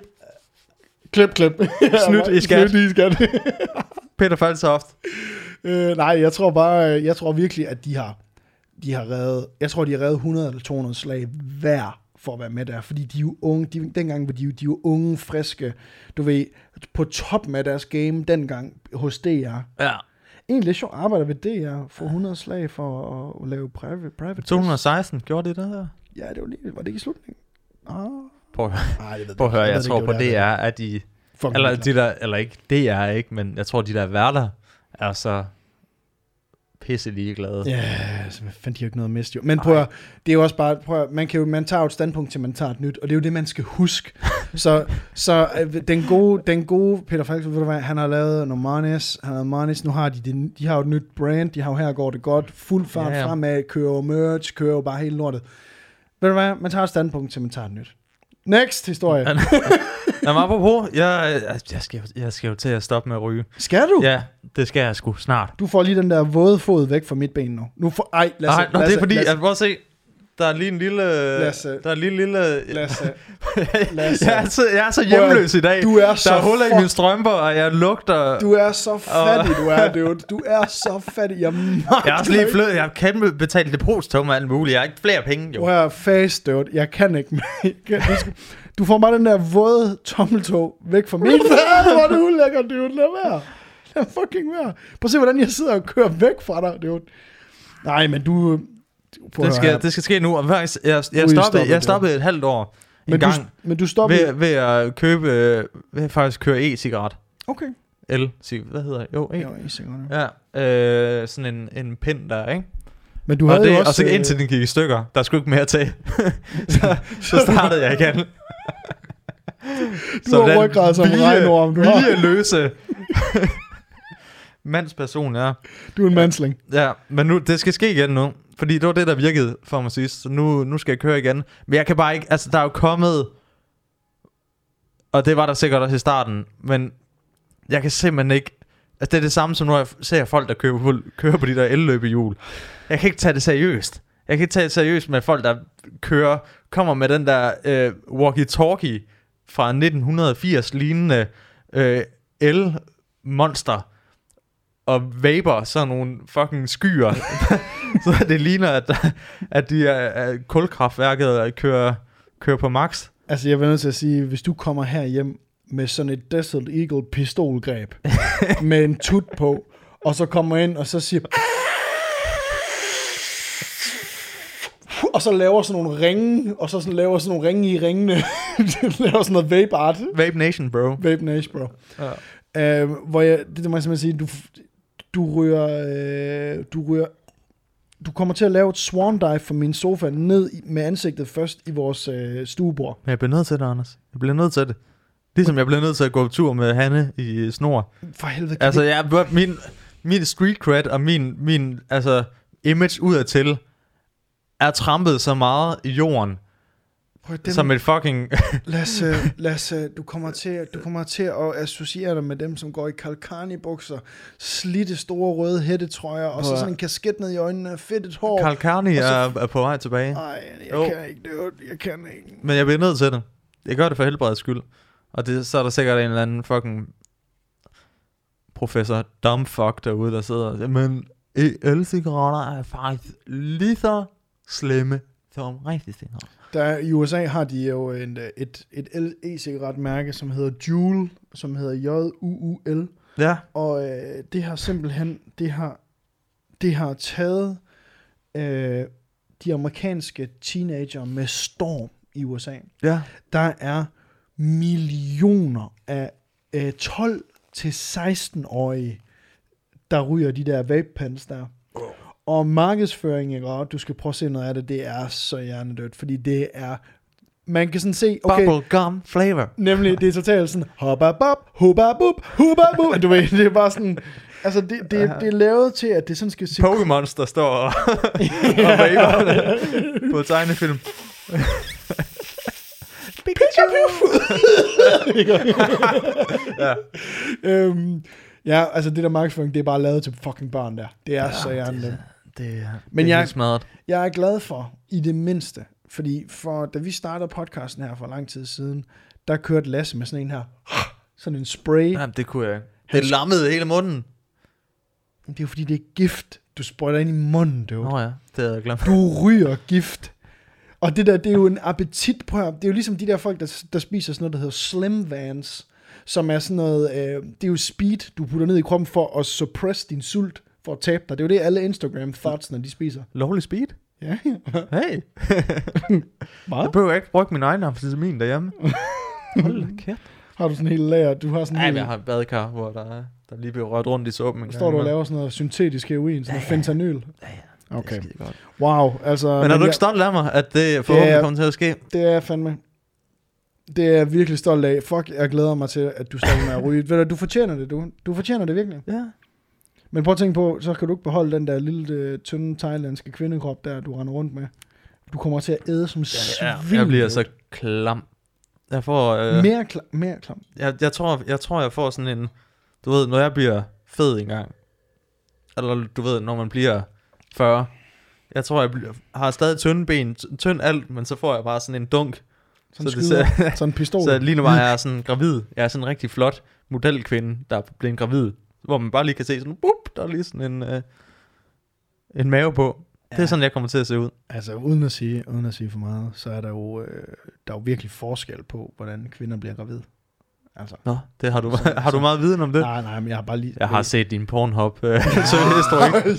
Klip, klip. Snydt i skat. Snydt i skat. Peter Faltoft. Øh, nej, jeg tror bare, jeg tror virkelig, at de har, de har reddet, jeg tror, de har reddet hundrede eller to hundrede slag hver for at være med der, fordi de er jo unge, de, dengang var de jo, de jo unge, friske, du ved, på toppen af deres game dengang hos D R. Ja. Egentlig sjovt arbejder ved D R for hundrede slag for at, at lave private, private to tusind og seksten, gjorde det der her? Ja, det var lige, var det ikke i slutningen? Ah. Prøv at høre, ah, jeg, ved Prøv at høre, jeg, jeg det, tror det, på det, D R, at de, eller de der, eller ikke D R ikke, men jeg tror de der værter er så pisse ligeglade. Ja, altså, hvad fanden, de har ikke noget at miste, jo. Men prøv at, det er jo også bare, prøv at, man kan jo, man tager jo et standpunkt til, man tager et nyt, og det er jo det, man skal huske. så, så den gode, den gode Peter Faltoft, ved du hvad, han har lavet nogle Marnis, han har lavet Marnis, nu har de, de, de har jo et nyt brand, de har jo her går det godt, fuld fart ja, ja. fremad, kører merch, kører bare hele lortet. Ved du hvad, man tager et standpunkt til, man tager et nyt. Next historie. Jamen apropos, jeg, jeg, skal, jeg skal jo til at stoppe med at ryge. Skal du? Ja, det skal jeg sgu snart. Du får lige den der våde fod væk fra mit ben nu. Nu får, ej, Lasse, Ej, nå, Lasse, det er fordi, Lasse. at prøv at se, der er lige en lille... Lasse. Der er lige en lille... Lasse. Lasse. jeg, er så, jeg er så hjemløs i dag. Du er så der er huller i mine strømper, og jeg lugter... Du er så fattig, du er, dude. Du er så fattig. Jeg, jeg har også lige flyttet. Jeg kan betale depositum og alt muligt. Jeg har ikke flere penge, jo. Du er fast, dude. Jeg kan ikke mere. Du, skal, du får bare den der våde tommeltog væk fra min. Hvor er det ulækker, dude. Lad være. Lad fucking være. Prøv at se, hvordan jeg sidder og kører væk fra dig, dude. Nej, men du... Det skal, det skal ske nu. Jeg, jeg, jeg, jeg, stoppede, jeg stoppede et halvt år en men gang du, men du stoppede... ved, ved at købe, ved at faktisk køre e-cigaret. Okay. El-cigaret, hvad hedder det? Jo, e. Jo, e-cigaret. Ja, øh, sådan en, en pind der, ikke? Men du havde og, det, jo også, og så indtil den gik i stykker, der skulle ikke mere til. så, så startede jeg igen. Du så har ryggrad som regnorm. Du har løse mandsperson, ja. Du er en mandsling. Ja, men nu, det skal ske igen nu. Fordi det var det, der virkede for mig sidst. Så nu, nu skal jeg køre igen. Men jeg kan bare ikke... Altså, der er jo kommet... Og det var der sikkert også i starten. Men jeg kan simpelthen ikke... Altså, det er det samme, som når jeg ser folk, der kører på, kører på de der elløbehjul. Jeg kan ikke tage det seriøst. Jeg kan ikke tage det seriøst med folk, der kører... Kommer med den der øh, walkie-talkie fra nitten firs lignende øh, el-monster. Og vapor sådan nogle fucking skyer. Så det ligner, at, at de er, at kulkraftværket kører, kører på max. Altså, jeg vil nødt til at sige, hvis du kommer her hjem med sådan et Desert Eagle pistolgreb, med en tut på, og så kommer ind, og så siger... og så laver sådan nogle ringe, og så sådan laver sådan nogle ringe i ringene. Laver sådan noget vape art. Vape Nation, bro. Vape Nation, bro. Ja. Uh, hvor jeg, det, det må jeg simpelthen sige, du, du ryger, uh, du ryger, du kommer til at lave et swan dive fra min sofa ned med ansigtet først i vores uh, stuebord. Men jeg bliver nødt til det, Anders. Jeg bliver nødt til det. Ligesom jeg bliver nødt til at gå på tur med Hanne i snor. For helvede. Altså, jeg, min, min street cred og min, min altså, image udadtil er trampet så meget i jorden. Prøv, dem, som et fucking... Lasse, Lasse, du kommer til, du kommer til at associere dig med dem, som går i Kalkani-bukser, slidte store røde hættetrøjer, og så sådan en kasket ned i øjnene, fedtet hår. Kalkani så... er, er på vej tilbage. Nej, jeg oh. kan ikke det. Jeg kan ikke. Men jeg bliver nødt til det. Jeg gør det for helbredets skyld. Og det, så er der sikkert en eller anden fucking professor dumbfuck derude, der sidder og siger, men el-cigaretter er faktisk lige så slemme som rigtig cigaretter. Der, i U S A har de jo en, et, et e-cigaretmærke, som hedder Juul, som hedder J U U L. Ja. Og øh, det har simpelthen, det har, det har taget øh, de amerikanske teenager med storm i U S A. Ja. Der er millioner af øh, tolv til seksten-årige, der ryger de der vape-pens der. Og markedsføring, ikke? Og du skal prøve at se noget af det, det er så hjernedødt, fordi det er, man kan sådan se, okay, bubblegum flavor. Nemlig, det er totalt sådan, hoppa bop, hoppa bup, hoppa bup, du ved, det er bare sådan, altså det, det, det er lavet til, at det sådan skal se... Pokémons, der står og, og vaper på tegnefilm. Pikachu! ja. Øhm, ja, altså det der markedsføring, det er bare lavet til fucking børn der. Det er ja, så hjernedødt. Det, det er, Men det er jeg, smadret. jeg er glad for, i det mindste, fordi for, da vi startede podcasten her for lang tid siden, der kørte Lasse med sådan en her, sådan en spray. Jamen, det kunne jeg ikke. Det lammede hele munden. Det er jo fordi, det er gift, du sprøjter ind i munden, dude. Nå ja, det havde jeg glemt. Du ryger gift. Og det der, det er jo en appetit, prøv at, det er jo ligesom de der folk, der, der spiser sådan noget, der hedder Slim Vans, som er sådan noget, øh, det er jo speed, du putter ned i kroppen for at suppress din sult, for at tabe dig. Det er jo det, alle Instagram thoughts, når de spiser. Lovlig speed? Ja. Hey. Hvad? Jeg behøver ikke bruge min egen amfetamin derhjemme. Hold kæft. Har du sådan en hel lager? Du har sådan Nej, helt... jeg har et badekar, hvor der, der lige bliver rørt rundt i suppen. Står du og laver sådan noget syntetisk heroin, sådan noget ja, ja. fentanyl? Ja, ja. Okay. Wow, altså... Men er men du ikke stolt af mig, at det forhåbentlig kommer til at ske? Det er jeg fandme. Det er jeg virkelig stolt af. Fuck, jeg glæder mig til, at du starter med at ryge. Ved du, du fortjener det, du. Du fortjener det virkelig. Ja. Men prøv at tænke på, så kan du ikke beholde den der lille, tynde, thailandske kvindekrop der, du render rundt med. Du kommer til at æde som svin. Ja, jeg bliver så klam. Jeg får... Øh, mere, klam, mere klam. Jeg, jeg, tror, jeg tror, jeg får sådan en... Du ved, når jeg bliver fed engang. Eller du ved, når man bliver fyrre. Jeg tror, jeg bliver, har stadig tynde ben, tynd alt, men så får jeg bare sådan en dunk. Sådan så det ser, sådan en pistol. Så lige nu var jeg sådan gravid. Jeg er sådan en rigtig flot modelkvinde, der er blevet gravid. Hvor man bare lige kan se sådan, bup, der er lige sådan en, øh, en mave på. Ja. Det er sådan, jeg kommer til at se ud. Altså, uden at sige, uden at sige for meget, så er der jo, øh, der er jo virkelig forskel på, hvordan kvinder bliver gravid. Altså. Nå, det har du, så, har du meget viden om det? Nej, nej, men jeg har bare lige... Jeg har set din Pornhub øh, søgehistorik.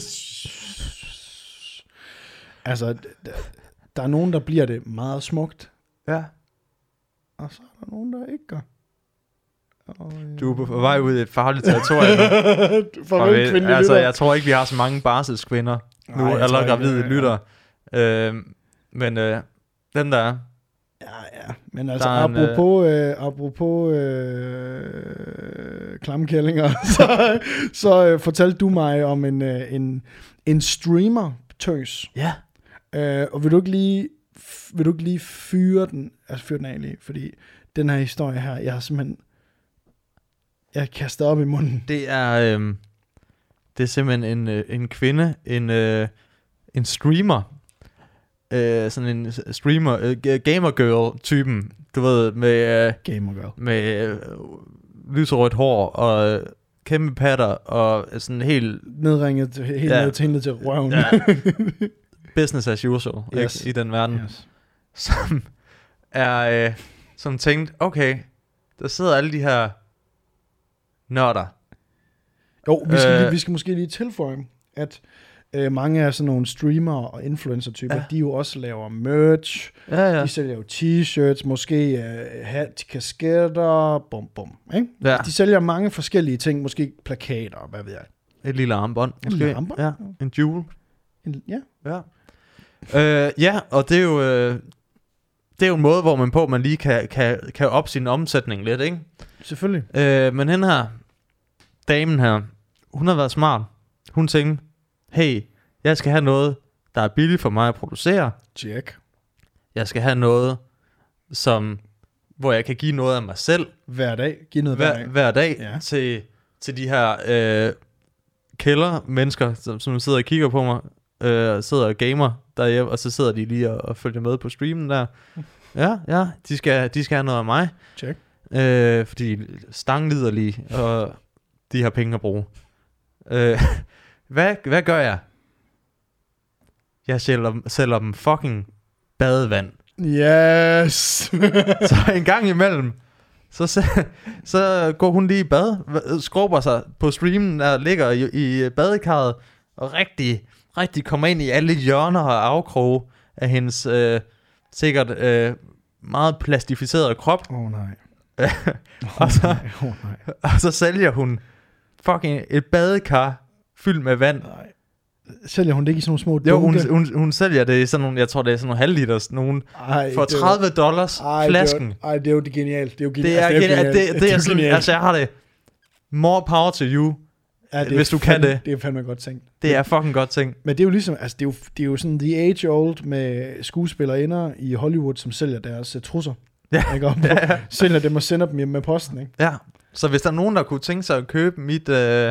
Altså, der, der er nogen, der bliver det meget smukt. Ja. Og så er der nogen, der ikke gør. Og, øh... Du er på vej ud i et farligt territorium. Farvel, kvindelige altså, lytter. jeg tror ikke, vi har så mange barselskvinder nu, Ej, eller gravide ja, lytter. Ja. Øh, men øh, dem der er... Ja, ja. Men altså, apropos, en, øh... Øh, apropos øh, klamkællinger, så, så øh, fortalte du mig om en, øh, en, en streamer-tøs. Ja. Øh, og vil du ikke lige, vil du ikke lige fyre den, altså fyre den af lige, fordi den her historie her, jeg har simpelthen, jeg kastet op i munden. Det er, øh, det er simpelthen en, øh, en kvinde, en, øh, en streamer, øh, sådan en streamer, øh, gamer girl typen, du ved, med, øh, gamer girl. med øh, lyserødt hår og øh, kæmpe patter og sådan helt nedringet, helt ja. ned til hende til røven. Ja. Business as usual, yes. Ikke, i den verden, yes. som er, øh, som tænkt, okay, der sidder alle de her nørder. Jo, vi skal, øh, lige, vi skal måske lige tilføje, at Øh, mange af sådan nogle streamer og influencer-typer, ja. de jo også laver merch. Ja, ja. De sælger jo t-shirts, måske uh, hat, kasketter, bum bum. Ikke? Ja. De sælger mange forskellige ting, måske plakater, hvad ved jeg. Et lille armbånd. Et lille armbånd? Ja, en jewel. En, ja. Ja. Øh, ja, og det er jo øh, det er jo en måde, hvor man på man lige kan kan kan op sin omsætning lidt, ikke? Selvfølgelig. Øh, men hende her damen her, hun har været smart. Hun tænkte, hey, jeg skal have noget, der er billigt for mig at producere. Check. Jeg skal have noget, som hvor jeg kan give noget af mig selv hver dag. Give noget hver, hver dag, hver dag ja. til til de her øh, kælder mennesker, som, som sidder og kigger på mig. Øh, sidder og gamer derhjemme, og så sidder de lige og, og følger med på streamen der. Ja, ja, de skal, de skal have noget af mig. Check. Øh, fordi stangliderlige, og de har penge at bruge. Øh, hvad, hvad gør jeg? Jeg sælger, sælger dem fucking badevand. Yes! Så en gang imellem, så, så, så går hun lige i bad, skrubber sig på streamen, der ligger i, i badekarret, og rigtig... rigtig kommer ind i alle hjørner og afkroge af hendes øh, sikkert øh, meget plastificerede krop. Åh oh, nej. og, så, oh, nej. Oh, nej. og så sælger hun fucking et badekar fyldt med vand. Nej. Sælger hun det ikke i sådan nogle små dunke? Jo, hun, hun, hun sælger det i sådan nogle, jeg tror det er sådan nogle halvliters, nogen ej, for tredive dollars ej, flasken. Det ej, det er jo det genialt. Det er jo genialt. Det er, altså, det er, genialt. Det, det, det er, er sådan, genialt. altså jeg har det, more power to you. Ja, hvis du fandme, kan det. Det er fandme godt tænkt. Det er fucking godt tænkt. Men det er jo ligesom, altså det er jo, det er jo sådan the age old med skuespillerinder i Hollywood, som sælger deres uh, trusser. Ja. Ikke? Og ja, ja. Sælger dem og sender dem hjem med posten, ikke? Ja, så hvis der er nogen, der kunne tænke sig at købe mit, øh,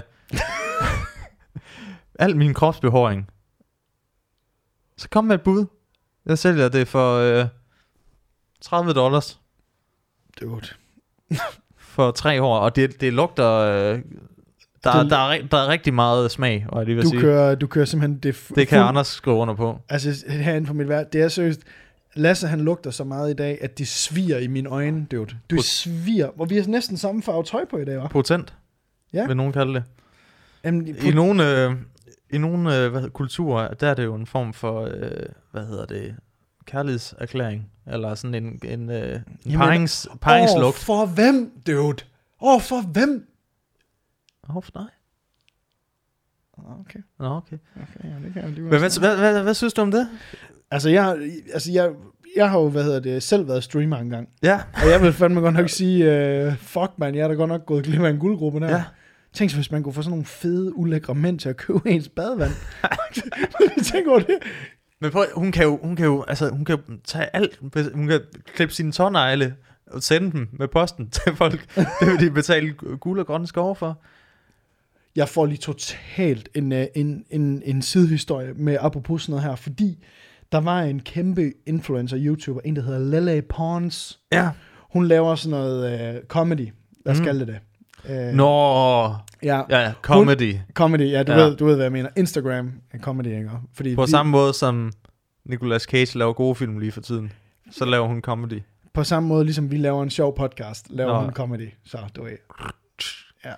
al min kropsbehåring, så kom med et bud. Jeg sælger det for øh, tredive dollars. Dude. For tre år, og det, det lugter... Øh, Der, det, der, er, der er rigtig meget smag, og jeg lige vil du sige. Kører, du kører simpelthen... Det, f- det kan fuld, Anders skrive under på. Altså, herinde på mit værd, det er seriøst... Lasse, han lugter så meget i dag, at det sviger i mine øjne, dude. Du Pot- sviger. Hvor vi har næsten samme farve tøj på i dag, hva'? Potent, ja. vil nogen kalde det. Jamen, I nogle, øh, i nogle øh, hvad, kulturer, der er det jo en form for, øh, hvad hedder det, kærlighedserklæring. Eller sådan en, en, øh, en parings, paringslugt. Åh, for hvem, dude? Åh, for hvem? Åh, oh, nej. Okay. Nå, okay. okay ja, det kan jeg lige Men hvad, hvad, hvad, hvad synes du om det? Altså, jeg, altså jeg, jeg har jo, hvad hedder det, selv været streamer engang. Ja. Og jeg vil fandme godt nok sige, uh, fuck man, jeg er da godt nok gået glip af en guldgruppe der. Ja. Tænk så, hvis man kunne få sådan nogle fede, ulækre mænd til at købe ens badevand. Tænk over det. Men prøv, hun kan jo, hun kan jo, altså, hun kan jo tage alt. Hun kan klippe sine tånegle og sende dem med posten til folk. Det vil de betale guld og grønne skove for. Jeg får lige totalt en, en, en, en sidehistorie med apropos sådan noget her, fordi der var en kæmpe influencer, YouTuber, en der hedder Lele Pons. Ja. Hun laver sådan noget uh, comedy. Lad os mm. kalde det det. Uh, Nå. Ja, ja comedy. Hun, comedy, ja, du, ja. Ved, du ved, hvad jeg mener. Instagram er comedy, ikke? Fordi på vi, samme måde som Nicolas Cage laver gode film lige for tiden, så laver hun comedy. På samme måde, ligesom vi laver en sjov podcast, laver Nå. hun comedy. Så, du ved. Ja.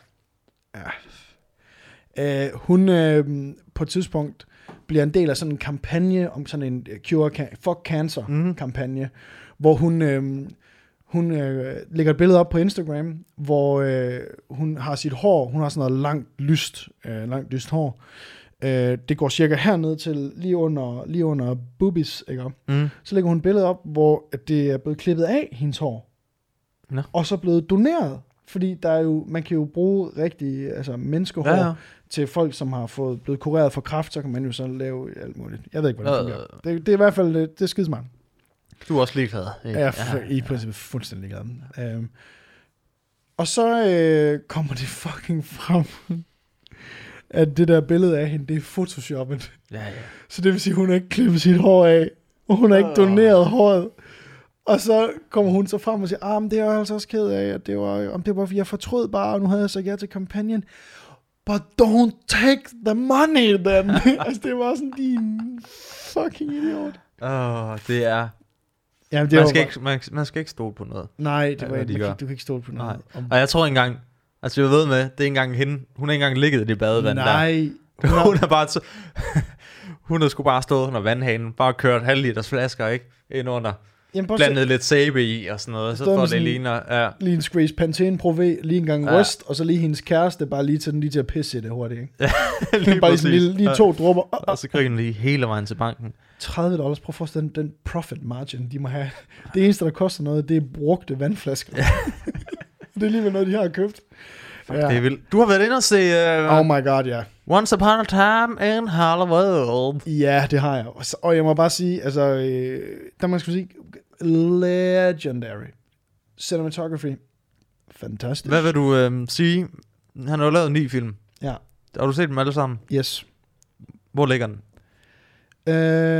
Ja. Uh, hun uh, på et tidspunkt bliver en del af sådan en kampagne om sådan en cure can- fuck cancer mm. kampagne, hvor hun uh, hun uh, lægger et billede op på Instagram, hvor uh, hun har sit hår, hun har sådan noget langt lyst, uh, langt lyst hår. Uh, det går cirka herned til lige under lige under boobies, ikke? Mm. Så lægger hun et billede op, hvor det er blevet klippet af hendes hår. No. Og så blevet doneret. Fordi der er jo, man kan jo bruge rigtig altså menneskehår ja, ja. til folk, som har fået blevet kureret for kræft, så kan man jo så lave alt muligt. Jeg ved ikke, hvordan det fungerer. Det, det er i hvert fald, det, det er skidesmart. Du er også ligeglad. Jeg er f- ja, i princippet fuldstændig ligeglad. Um, og så øh, kommer det fucking frem, at det der billede af hende, det er photoshoppet. Ja, ja. Så det vil sige, at hun har ikke klippet sit hår af, og hun har ikke doneret håret. Og så kommer hun så frem og siger, ah, men det er jeg altså også ked af, at det var, om det var, jeg fortrød bare, og nu havde jeg sagt ja til kampagnen. But don't take the money, then. Altså, det var sådan, din fucking idiot. Åh, oh, det er... Jamen, det man, skal bare... ikke, man, man skal ikke stole på noget. Nej, det var ja, ikke, de du kan ikke stole på noget. Nej. Og jeg tror engang, altså jeg ved med, det er ikke engang hende, hun er ikke engang ligget i det badevand Nej. der. Hun er bare så... Hun havde sgu bare stået under vandhanen, bare kørt halv liters flasker, ikke? Ind under. Jamen, blandet se. Lidt sæbe i og sådan noget, så får det ligner... Ja. Lige en squeeze Pantene Prové, lige en gang ja. Rust, og så lige hendes kæreste, bare lige til den lige til at pisse i det hurtigt, ikke? Ja, lige bare lige, lige, lige to ja. dråber. Og, og så griner lige hele vejen til banken. tredive dollars, prøv at forstå den, den profit margin, de må have. Det eneste, der koster noget, det er brugte vandflasker. Ja. Det er alligevel noget, de har købt. Fuck, ja. Det er vildt. Du har været inde og se... Uh, oh my god, ja. Once Upon a Time in Hollywood. Ja, det har jeg. Og jeg må bare sige, altså, øh, der man skal sige, legendary. Cinematography. Fantastisk. Hvad vil du øh, sige? Han har jo lavet ni film. Ja. Har du set dem alle sammen? Yes. Hvor ligger den? Øh...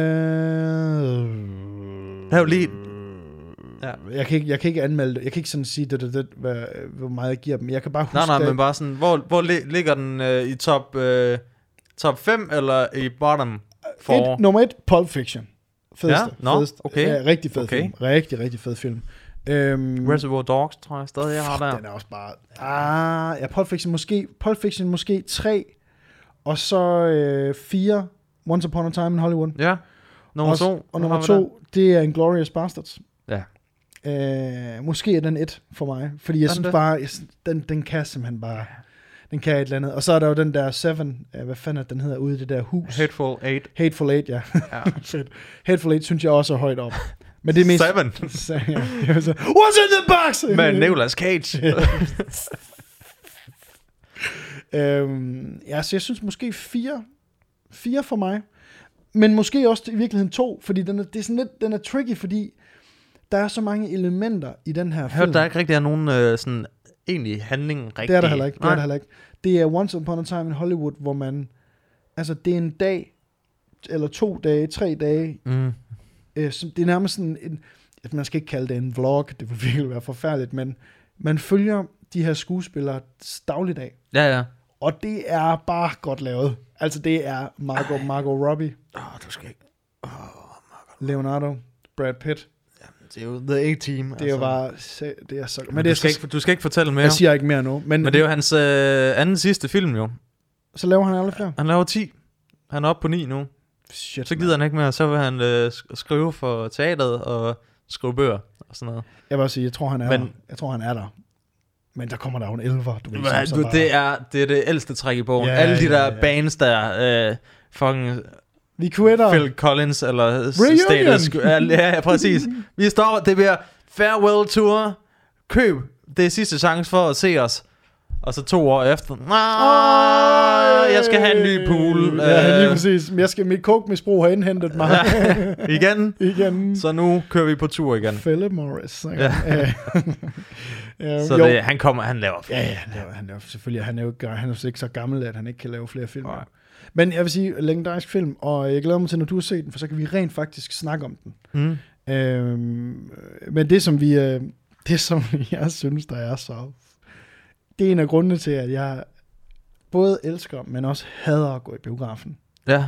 Der er jo lige... Ja. Jeg, kan ikke, jeg kan ikke anmelde det. Jeg kan ikke sådan sige, det, det, det, hvad, hvor meget jeg giver dem. Jeg kan bare huske... Nej, nej, det. men bare sådan... Hvor, hvor ligger den øh, i top, øh, top fem eller i bottom four? Et, nummer et, Pulp Fiction. Fedeste. Ja, no, fedeste. okay. Ja, rigtig fed okay. film. Rigtig, rigtig fed film. Um, Reservoir Dogs, tror jeg stadig, jeg har der. Den er også bare... Ah, ja, Pulp Fiction måske... Pulp Fiction måske tre, og så øh, fire, Once Upon a Time in Hollywood. Ja, nummer og, to. Og nummer to, det er Inglourious Bastards. Ja. Uh, måske er den et for mig, fordi jeg synes bare, jeg, den, den kan simpelthen bare... Den kan et eller andet. Og så er der jo den der Seven, uh, hvad fanden er den hedder, ude i det der hus. Hateful Eight. Hateful Eight, ja. ja. Hateful Eight synes jeg også er højt op. Men det er mest... Seven. Så, ja, så, what's in the box? Med Nicolas Cage. øhm, ja, så jeg synes måske fire. Fire for mig. Men måske også i virkeligheden to, fordi den er, det er sådan lidt, den er tricky, fordi der er så mange elementer i den her film. Hørte der ikke rigtig er nogen øh, sådan egentlig handling rigtig? Det er der heller ikke. Det er der heller ikke. Det er Once Upon a Time in Hollywood, hvor man... Altså, det er en dag, eller to dage, tre dage... Mm. Øh, det er nærmest sådan en... Man skal ikke kalde det en vlog, det vil virkelig være forfærdeligt, men man følger de her skuespillere dagligdag. Ja, ja. Og det er bare godt lavet. Altså, det er Margot, Margot Robbie. Åh, oh, du skal ikke... Oh, Leonardo, Brad Pitt. Det er jo The A-Team. Det er jo bare... Det er så... Men, men det du, skal ikke, du skal ikke fortælle mere. Jeg siger ikke mere nu. Men, men det er jo hans øh, anden sidste film, jo. Så laver han aldrig flere? Han laver ti. Han er oppe på ni nu. Shit, så gider man. han ikke mere. Så vil han øh, skrive for teateret og skrive bøger og sådan noget. Jeg vil også sige, jeg tror, han er men, der. Jeg tror, han er der. Men der kommer der jo en elver. Du ved, men, så du, bare... det, er, det er det ældste træk i bogen. Ja, Alle de ja, der ja. bands der... Øh, fucking... Vi quitter. Phil Collins eller Status. Ja, ja, præcis. Vi står, det bliver farewell tour. Køb. Det er sidste chance for at se os. Og så to år efter. Ah, jeg skal have en ny pool. Ja, lige præcis. Jeg skal, mit coke-misbrug har indhentet mig. Ja, igen. igen. Så nu kører vi på tur igen. Philip Morris. Okay. Ja. ja, så det, han kommer, han laver flere. Ja, ja, han laver, han laver, selvfølgelig. Han er jo han er ikke så gammel, at han ikke kan lave flere film. Ja. Men jeg vil sige, legendarisk film, og jeg glæder mig til, når du har set den, for så kan vi rent faktisk snakke om den. Mm. Øhm, men det, som vi, øh, det, som jeg synes, der er så... Det er en af grundene til, at jeg både elsker, men også hader at gå i biografen. Ja.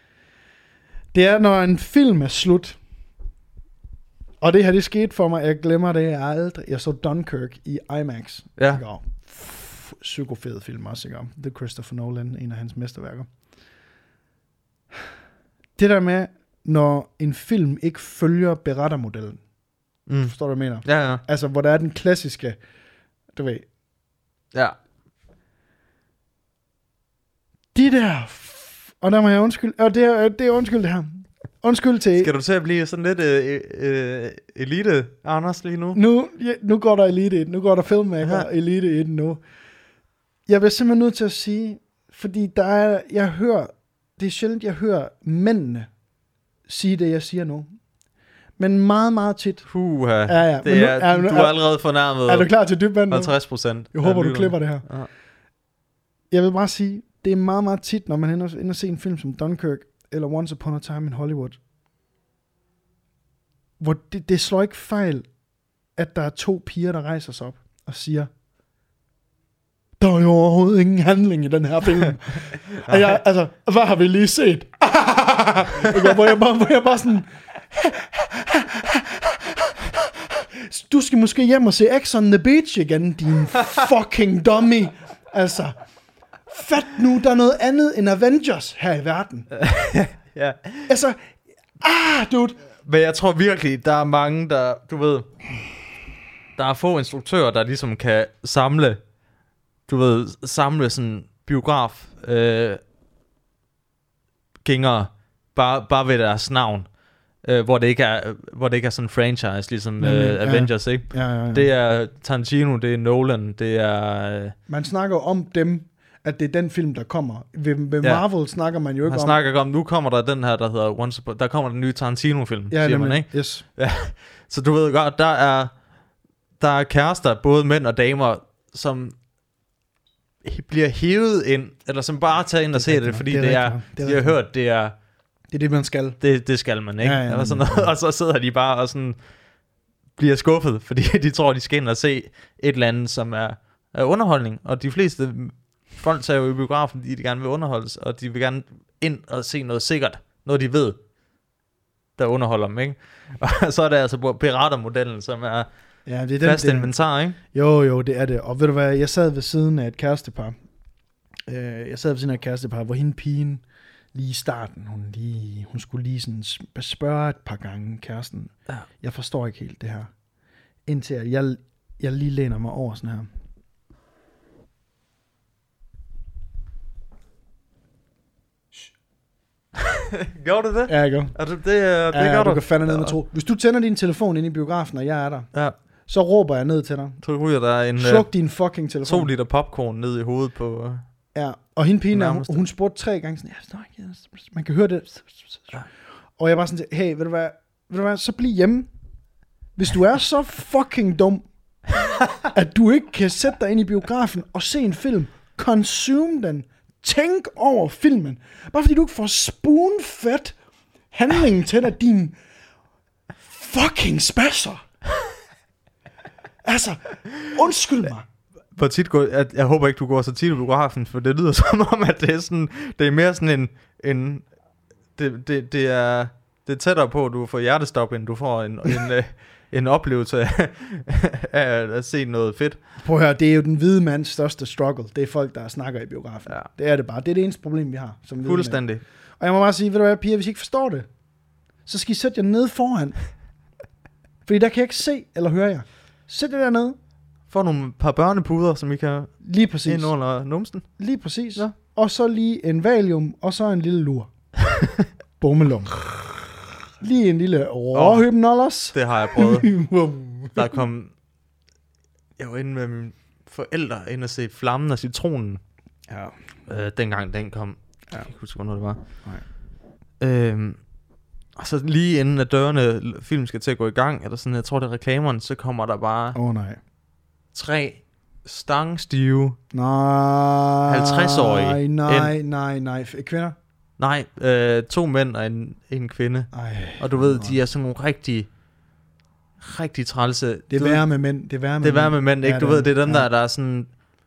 Det er, når en film er slut. Og det her, det skete for mig, jeg glemmer det, jeg aldrig. Jeg så Dunkirk i IMAX. Ja. Psykofed film også, ikke? Det er Christopher Nolan, en af hans mesterværker. Det der med, når en film ikke følger berettermodellen. Mm. Forstår du, hvad jeg mener? Ja, ja. Altså, hvor der er den klassiske, du ved. Ja. De der, og der må jeg undskylde, og det er, det er undskyld det her. Undskyld til... Skal du til at blive sådan lidt øh, øh, elite, Anders, lige nu? Nu, ja, nu går der elite i den. Nu går der filmmaker ja. elite i den nu. Jeg bliver simpelthen nødt til at sige, fordi der er, jeg hører, det er sjældent, jeg hører mændene sige det, jeg siger nu. Men meget, meget tit. Puha, ja, ja. det er, er, du, du er allerede fornærmet. Er du klar til dybvand nu? halvtreds procent. Jeg håber, du klipper det her. Ja. Jeg vil bare sige, det er meget, meget tit, når man ender, ender at se en film som Dunkirk, eller Once Upon a Time in Hollywood, hvor det, det slår ikke fejl, at der er to piger, der rejser sig op og siger, der er jo overhovedet ingen handling i den her film. Og jeg, altså, hvad har vi lige set? hvor, jeg bare, hvor jeg bare sådan, du skal måske hjem og se X on the Beach igen, din fucking dummy. Altså, fat nu, der er noget andet end Avengers her i verden. Ja. Altså, ah, dude. Men jeg tror virkelig, der er mange, der, du ved, der er få instruktører, der ligesom kan samle, du ved, samle sådan biograf øh, gængere bare, bare ved deres navn. Øh, hvor det ikke er hvor det ikke er sådan en franchise ligesom øh, ja. Avengers, ikke? Ja, ja, ja. Det er Tarantino, det er Nolan, det er øh... man snakker om dem, at det er den film der kommer. Ved, ved ja. Marvel snakker man jo ikke man om. Man snakker om nu kommer der den her der hedder Once Upon, der kommer den nye Tarantino film, ja, siger nemlig. man, ikke? Yes. Ja. Så du ved godt, der er der er kærester, både mænd og damer, som bliver hævet ind, eller som bare tager ind og ser det, det, fordi det er, det er, det er de har hørt, det er det er det, man skal. Det, det skal man, ikke? Ja, ja, eller sådan noget. Og så sidder de bare og sådan bliver skuffet, fordi de tror, de skal ind og se et eller andet, som er, er underholdning. Og de fleste folk tager jo i biografen, fordi de gerne vil underholdes, og de vil gerne ind og se noget sikkert, noget de ved, der underholder dem, ikke? Og så er det altså piratermodellen, som er ja, det er den, fast det, inventar, ikke? Jo, jo, det er det. Og ved du hvad, jeg sad ved siden af et kærestepar. Øh, jeg sad ved siden af et kærestepar, hvor hende pigen, lige i starten, hun, lige, hun skulle lige sådan spørge et par gange kæresten. Ja. Jeg forstår ikke helt det her. Indtil at jeg, jeg lige læner mig over sådan her. Gjorde du det? Ja, jeg gør. Altså, det, det, det ja, gør du. du. kan fandme ned med tro. Hvis du tænder din telefon inde i biografen, og jeg er der, ja. så råber jeg ned til dig. Så ryger der en Sluk uh, din fucking telefon. to liter popcorn ned i hovedet på... Uh, ja, og hende pigen, hun, hun spurgte tre gange sådan, ja, man kan høre det. Ja. Og jeg var sådan, hey, ved du hvad, ved du hvad, så bliv hjemme. Hvis du er så fucking dum, at du ikke kan sætte dig ind i biografen og se en film, consume den, tænk over filmen, bare fordi du ikke får spoon-fed handlingen til dig, din fucking spasser. Altså, undskyld mig. For tit går, at jeg håber ikke, du går så tit i biografen, for det lyder som om, at det er, sådan, det er mere sådan en... en det, det, det, er, det er tættere på, at du får hjertestop, end du får en, en, en, en oplevelse af, af at se noget fedt. Prøv at høre, det er jo den hvide mands største struggle. Det er folk, der snakker i biografen. Ja. Det er det bare. Det er det eneste problem, vi har. Som fuldstændig. Og jeg må bare sige, ved du hvad, piger, hvis I ikke forstår det, så skal I sætte jer ned foran. Fordi der kan jeg ikke se eller høre jer. Sæt jer dernede. Få nogle par børnepuder, som I kan lige præcis ind under numsen. Lige præcis. Ja. Og så lige en valium, og så en lille lur. Bummelum. Lige en lille råhypnollers. Det har jeg prøvet. Der kom... Jeg var inde med mine forældre ind og se Flammen og Citronen. Ja. Øh, dengang den kom. Ja. Jeg kan ikke huske, hvornår det var. Nej. Øhm, og så lige inden at dørene film skal til at gå i gang, eller sådan, jeg tror det er reklamerne, så kommer der bare... Åh oh, nej. Tre stangstive nej, halvtreds-årige nej, ind. nej, nej, kvinder? Nej, øh, to mænd og en, en kvinde. Ej, og du ved, de er sådan nogle rigtig, rigtig trælse. Det er værre med mænd. Det er værre med, det er værre med mænd, ikke? Ja, du det, ved, det er dem ja. der, der er sådan...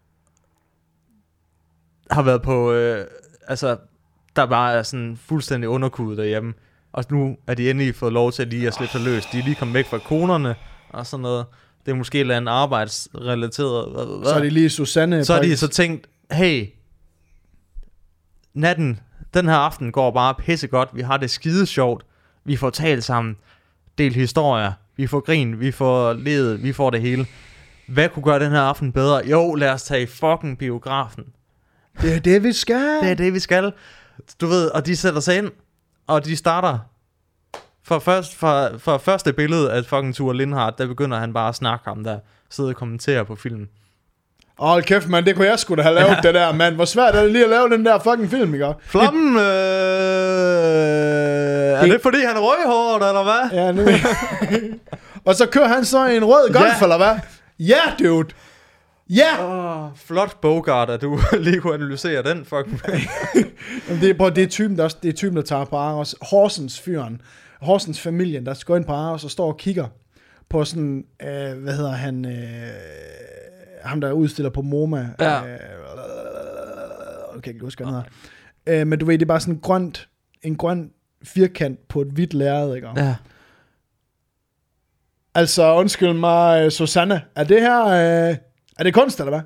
Har været på... Øh, altså, der bare er sådan fuldstændig underkudet derhjemme. Og nu er de endelig fået lov til lige at slippe sig løs. De er lige kommet væk fra konerne og sådan noget. Det er måske et eller andet arbejdsrelateret. Så er de lige Susanne. Så har de så tænkt, hey, natten, den her aften går bare pissegodt. Vi har det skide sjovt. Vi får talt sammen. Delt historier. Vi får grin. Vi får ledet. Vi får det hele. Hvad kunne gøre den her aften bedre? Jo, lad os tage i fucking biografen. Det er det, vi skal. Det er det, vi skal. Du ved, og de sætter sig ind, og de starter... For, først, for, for første billede af fucking Thure Lindhardt, der begynder han bare at snakke om der, sidde og kommentere på filmen. Hold kæft, mand, det kunne jeg sgu da have lavet, det der, mand. Hvor svært er det lige at lave den der fucking film, ikke? Flammen, øh, er det, det fordi han er røghåret, eller hvad? Ja, nu. Og så kører han så en rød golf, ja. Eller hvad? Ja, dude. Ja! Oh, flot Bogart, at du lige kunne analysere den fucking. det, er, det, er typen, der, det er typen, der tager på Aros. Horsens fyren. Horsens familien, der går ind på Aros og står og kigger på sådan, øh, hvad hedder han, øh, ham der udstiller på MoMA. Ja. Øh, jeg kan ikke huske, hvad han hedder. Øh, men du ved, det er bare sådan grønt, en grøn firkant på et hvidt lærred, ikke? Ja. Altså, undskyld mig, Susanne, er det her, øh, er det kunst, eller hvad?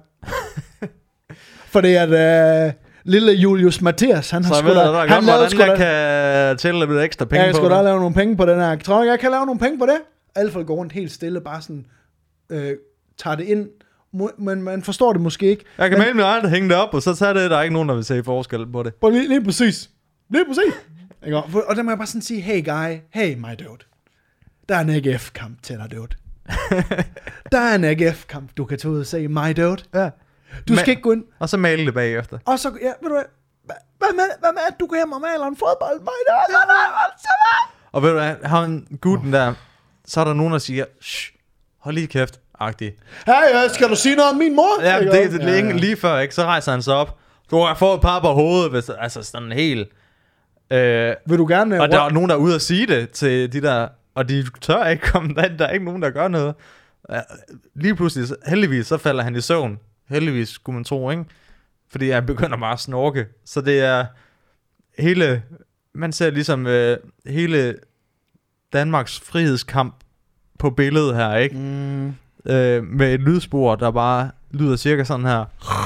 Fordi at... Øh, lille Julius Mathias, han har så sgu da... Så jeg ved, han godt, hvordan sgu jeg da, kan da tælle lidt ekstra penge ja, jeg på. Jeg skal da lave nogle penge på den her. Tror du, jeg kan lave nogle penge på det? Alle folk går rundt helt stille, bare sådan, øh, tager det ind, men man forstår det måske ikke. Jeg kan men, male min egen, hænge det op, og så tager det, der er ikke nogen, der vil se forskel på det. Lige, lige præcis. Lige præcis. Og der må jeg bare sådan sige, hey guy, hey my dude. Der er en A G F-kamp til dig, dude. Der er en A G F-kamp, du kan tage ud og se, my dude. Ja. Du skal Ma- ikke gå ind. Og så male det bagefter. Og så, ja, ved du hvad, hvad med, hvad med, at du går hjem og maler en fodbold, my dude? Og ved du hvad, han gutten der, så er der nogen, der siger, shh, hold lige kæft, agtig. Hey, skal du sige noget om min mor? Ja, det, det, det ja, ja. Lige før, ikke? Så rejser han sig op. Du har fået et par på hovedet, hvis, altså sådan helt... Øh, Vil du gerne... Og der er nogen, der er ude at sige det til de der... Og de tør ikke komme der, der er ikke nogen, der gør noget. Lige pludselig, heldigvis, så falder han i søvn. Heldigvis, skulle man tro, ikke? Fordi han begynder bare at snorke. Så det er hele... Man ser ligesom øh, hele Danmarks frihedskamp på billedet her, ikke? Mm. Øh, med et lydspor, der bare lyder cirka sådan her.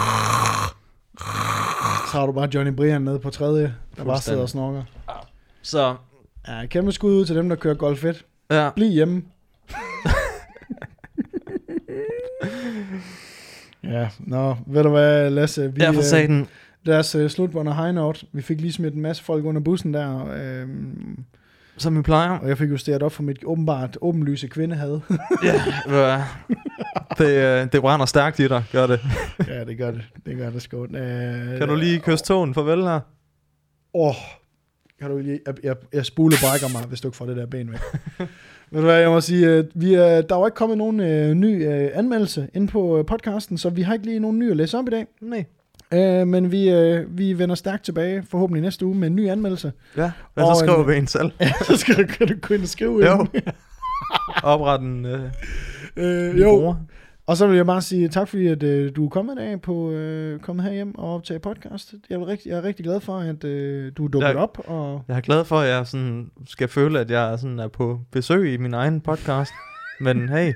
Så har du bare Johnny Brian nede på tredje, der bare sidder og snorker. Så... Ja, kæmpe skud ud til dem, der kører golf et. Ja. Bliv hjemme. Ja, nå, ved du hvad, Lasse? Vi, ja, for satan. Deres uh, slutbånd og high note. Vi fik lige smidt en masse folk under bussen der. Øhm, Som vi plejer. Og jeg fik justeret op for mit åbenbart åbenlyse kvindehad. Ja, det, det brænder stærkt i dig, gør det. Ja, det gør det. Det gør det sgu. Uh, kan du lige kysse tåen? Farvel her. Åh, oh, kan du lige... Jeg, jeg, jeg spule brækker mig, hvis du ikke får det der ben væk. Ved du hvad, jeg må sige, uh, vi, uh, der var ikke kommet nogen uh, ny uh, anmeldelse ind på uh, podcasten, så vi har ikke lige nogen ny at læse op i dag. Nej. Uh, men vi, uh, vi vender stærkt tilbage, forhåbentlig næste uge, med en ny anmeldelse. Ja, hvad så skriver vi en selv? Ja, så skal du, kan du gå ind og skrive jo. Opret en uh, uh, Jo, bror. Og så vil jeg bare sige tak, fordi at, uh, du er kommet i dag på uh, kommet herhjem og optage podcast. Jeg er rigtig, jeg er rigtig glad for, at uh, du er dukket jeg, op. Og jeg er glad for, at jeg sådan skal føle, at jeg sådan er på besøg i min egen podcast. Men hey,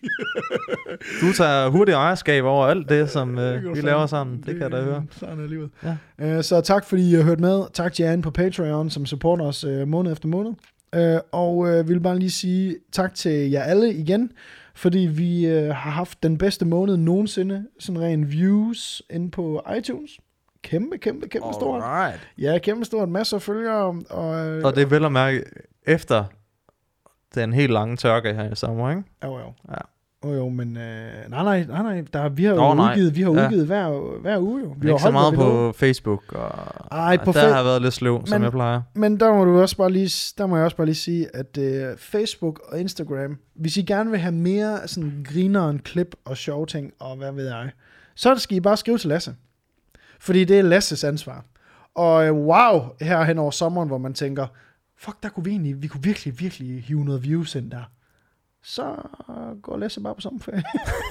du tager hurtigt ejerskab over alt det, som øh, vi laver sammen. Det, det kan jeg da høre. Sådan er livet. Ja. Uh, så tak, fordi I har hørt med. Tak til jer inde på Patreon, som supporter os uh, måned efter måned. Uh, og uh, vi vil bare lige sige tak til jer alle igen, fordi vi uh, har haft den bedste måned nogensinde, sådan ren views inde på iTunes. Kæmpe, kæmpe, kæmpe stort. Alright. Ja, kæmpe stort. Masser af følgere. Og, uh, og det er vel at mærke efter den helt lange tørke her i sommer, ikke? Jo, jo. Ja. Oh, jo, men øh, nej, nej, nej, nej. Der, vi har jo oh, udgivet, vi har udgivet ja. hver, hver uge jo. Vi ikke har så meget på noget. Facebook, og Ej, på der fa- har været lidt sløv, som jeg plejer. Men der må du også bare lige, der må jeg også bare lige sige, at øh, Facebook og Instagram, hvis I gerne vil have mere sådan grineren klip og sjove ting, og hvad ved jeg, så skal I bare skrive til Lasse. Fordi det er Lasses ansvar. Og øh, wow, her hen over sommeren, hvor man tænker, fuck, der kunne vi egentlig, vi kunne virkelig, virkelig hive noget views ind der. Så går Lasse bare på sommerferie.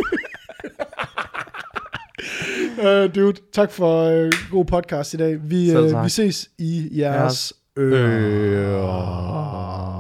uh, dude, tak for uh, god podcast i dag. Vi, uh, vi ses i jeres ører. ører.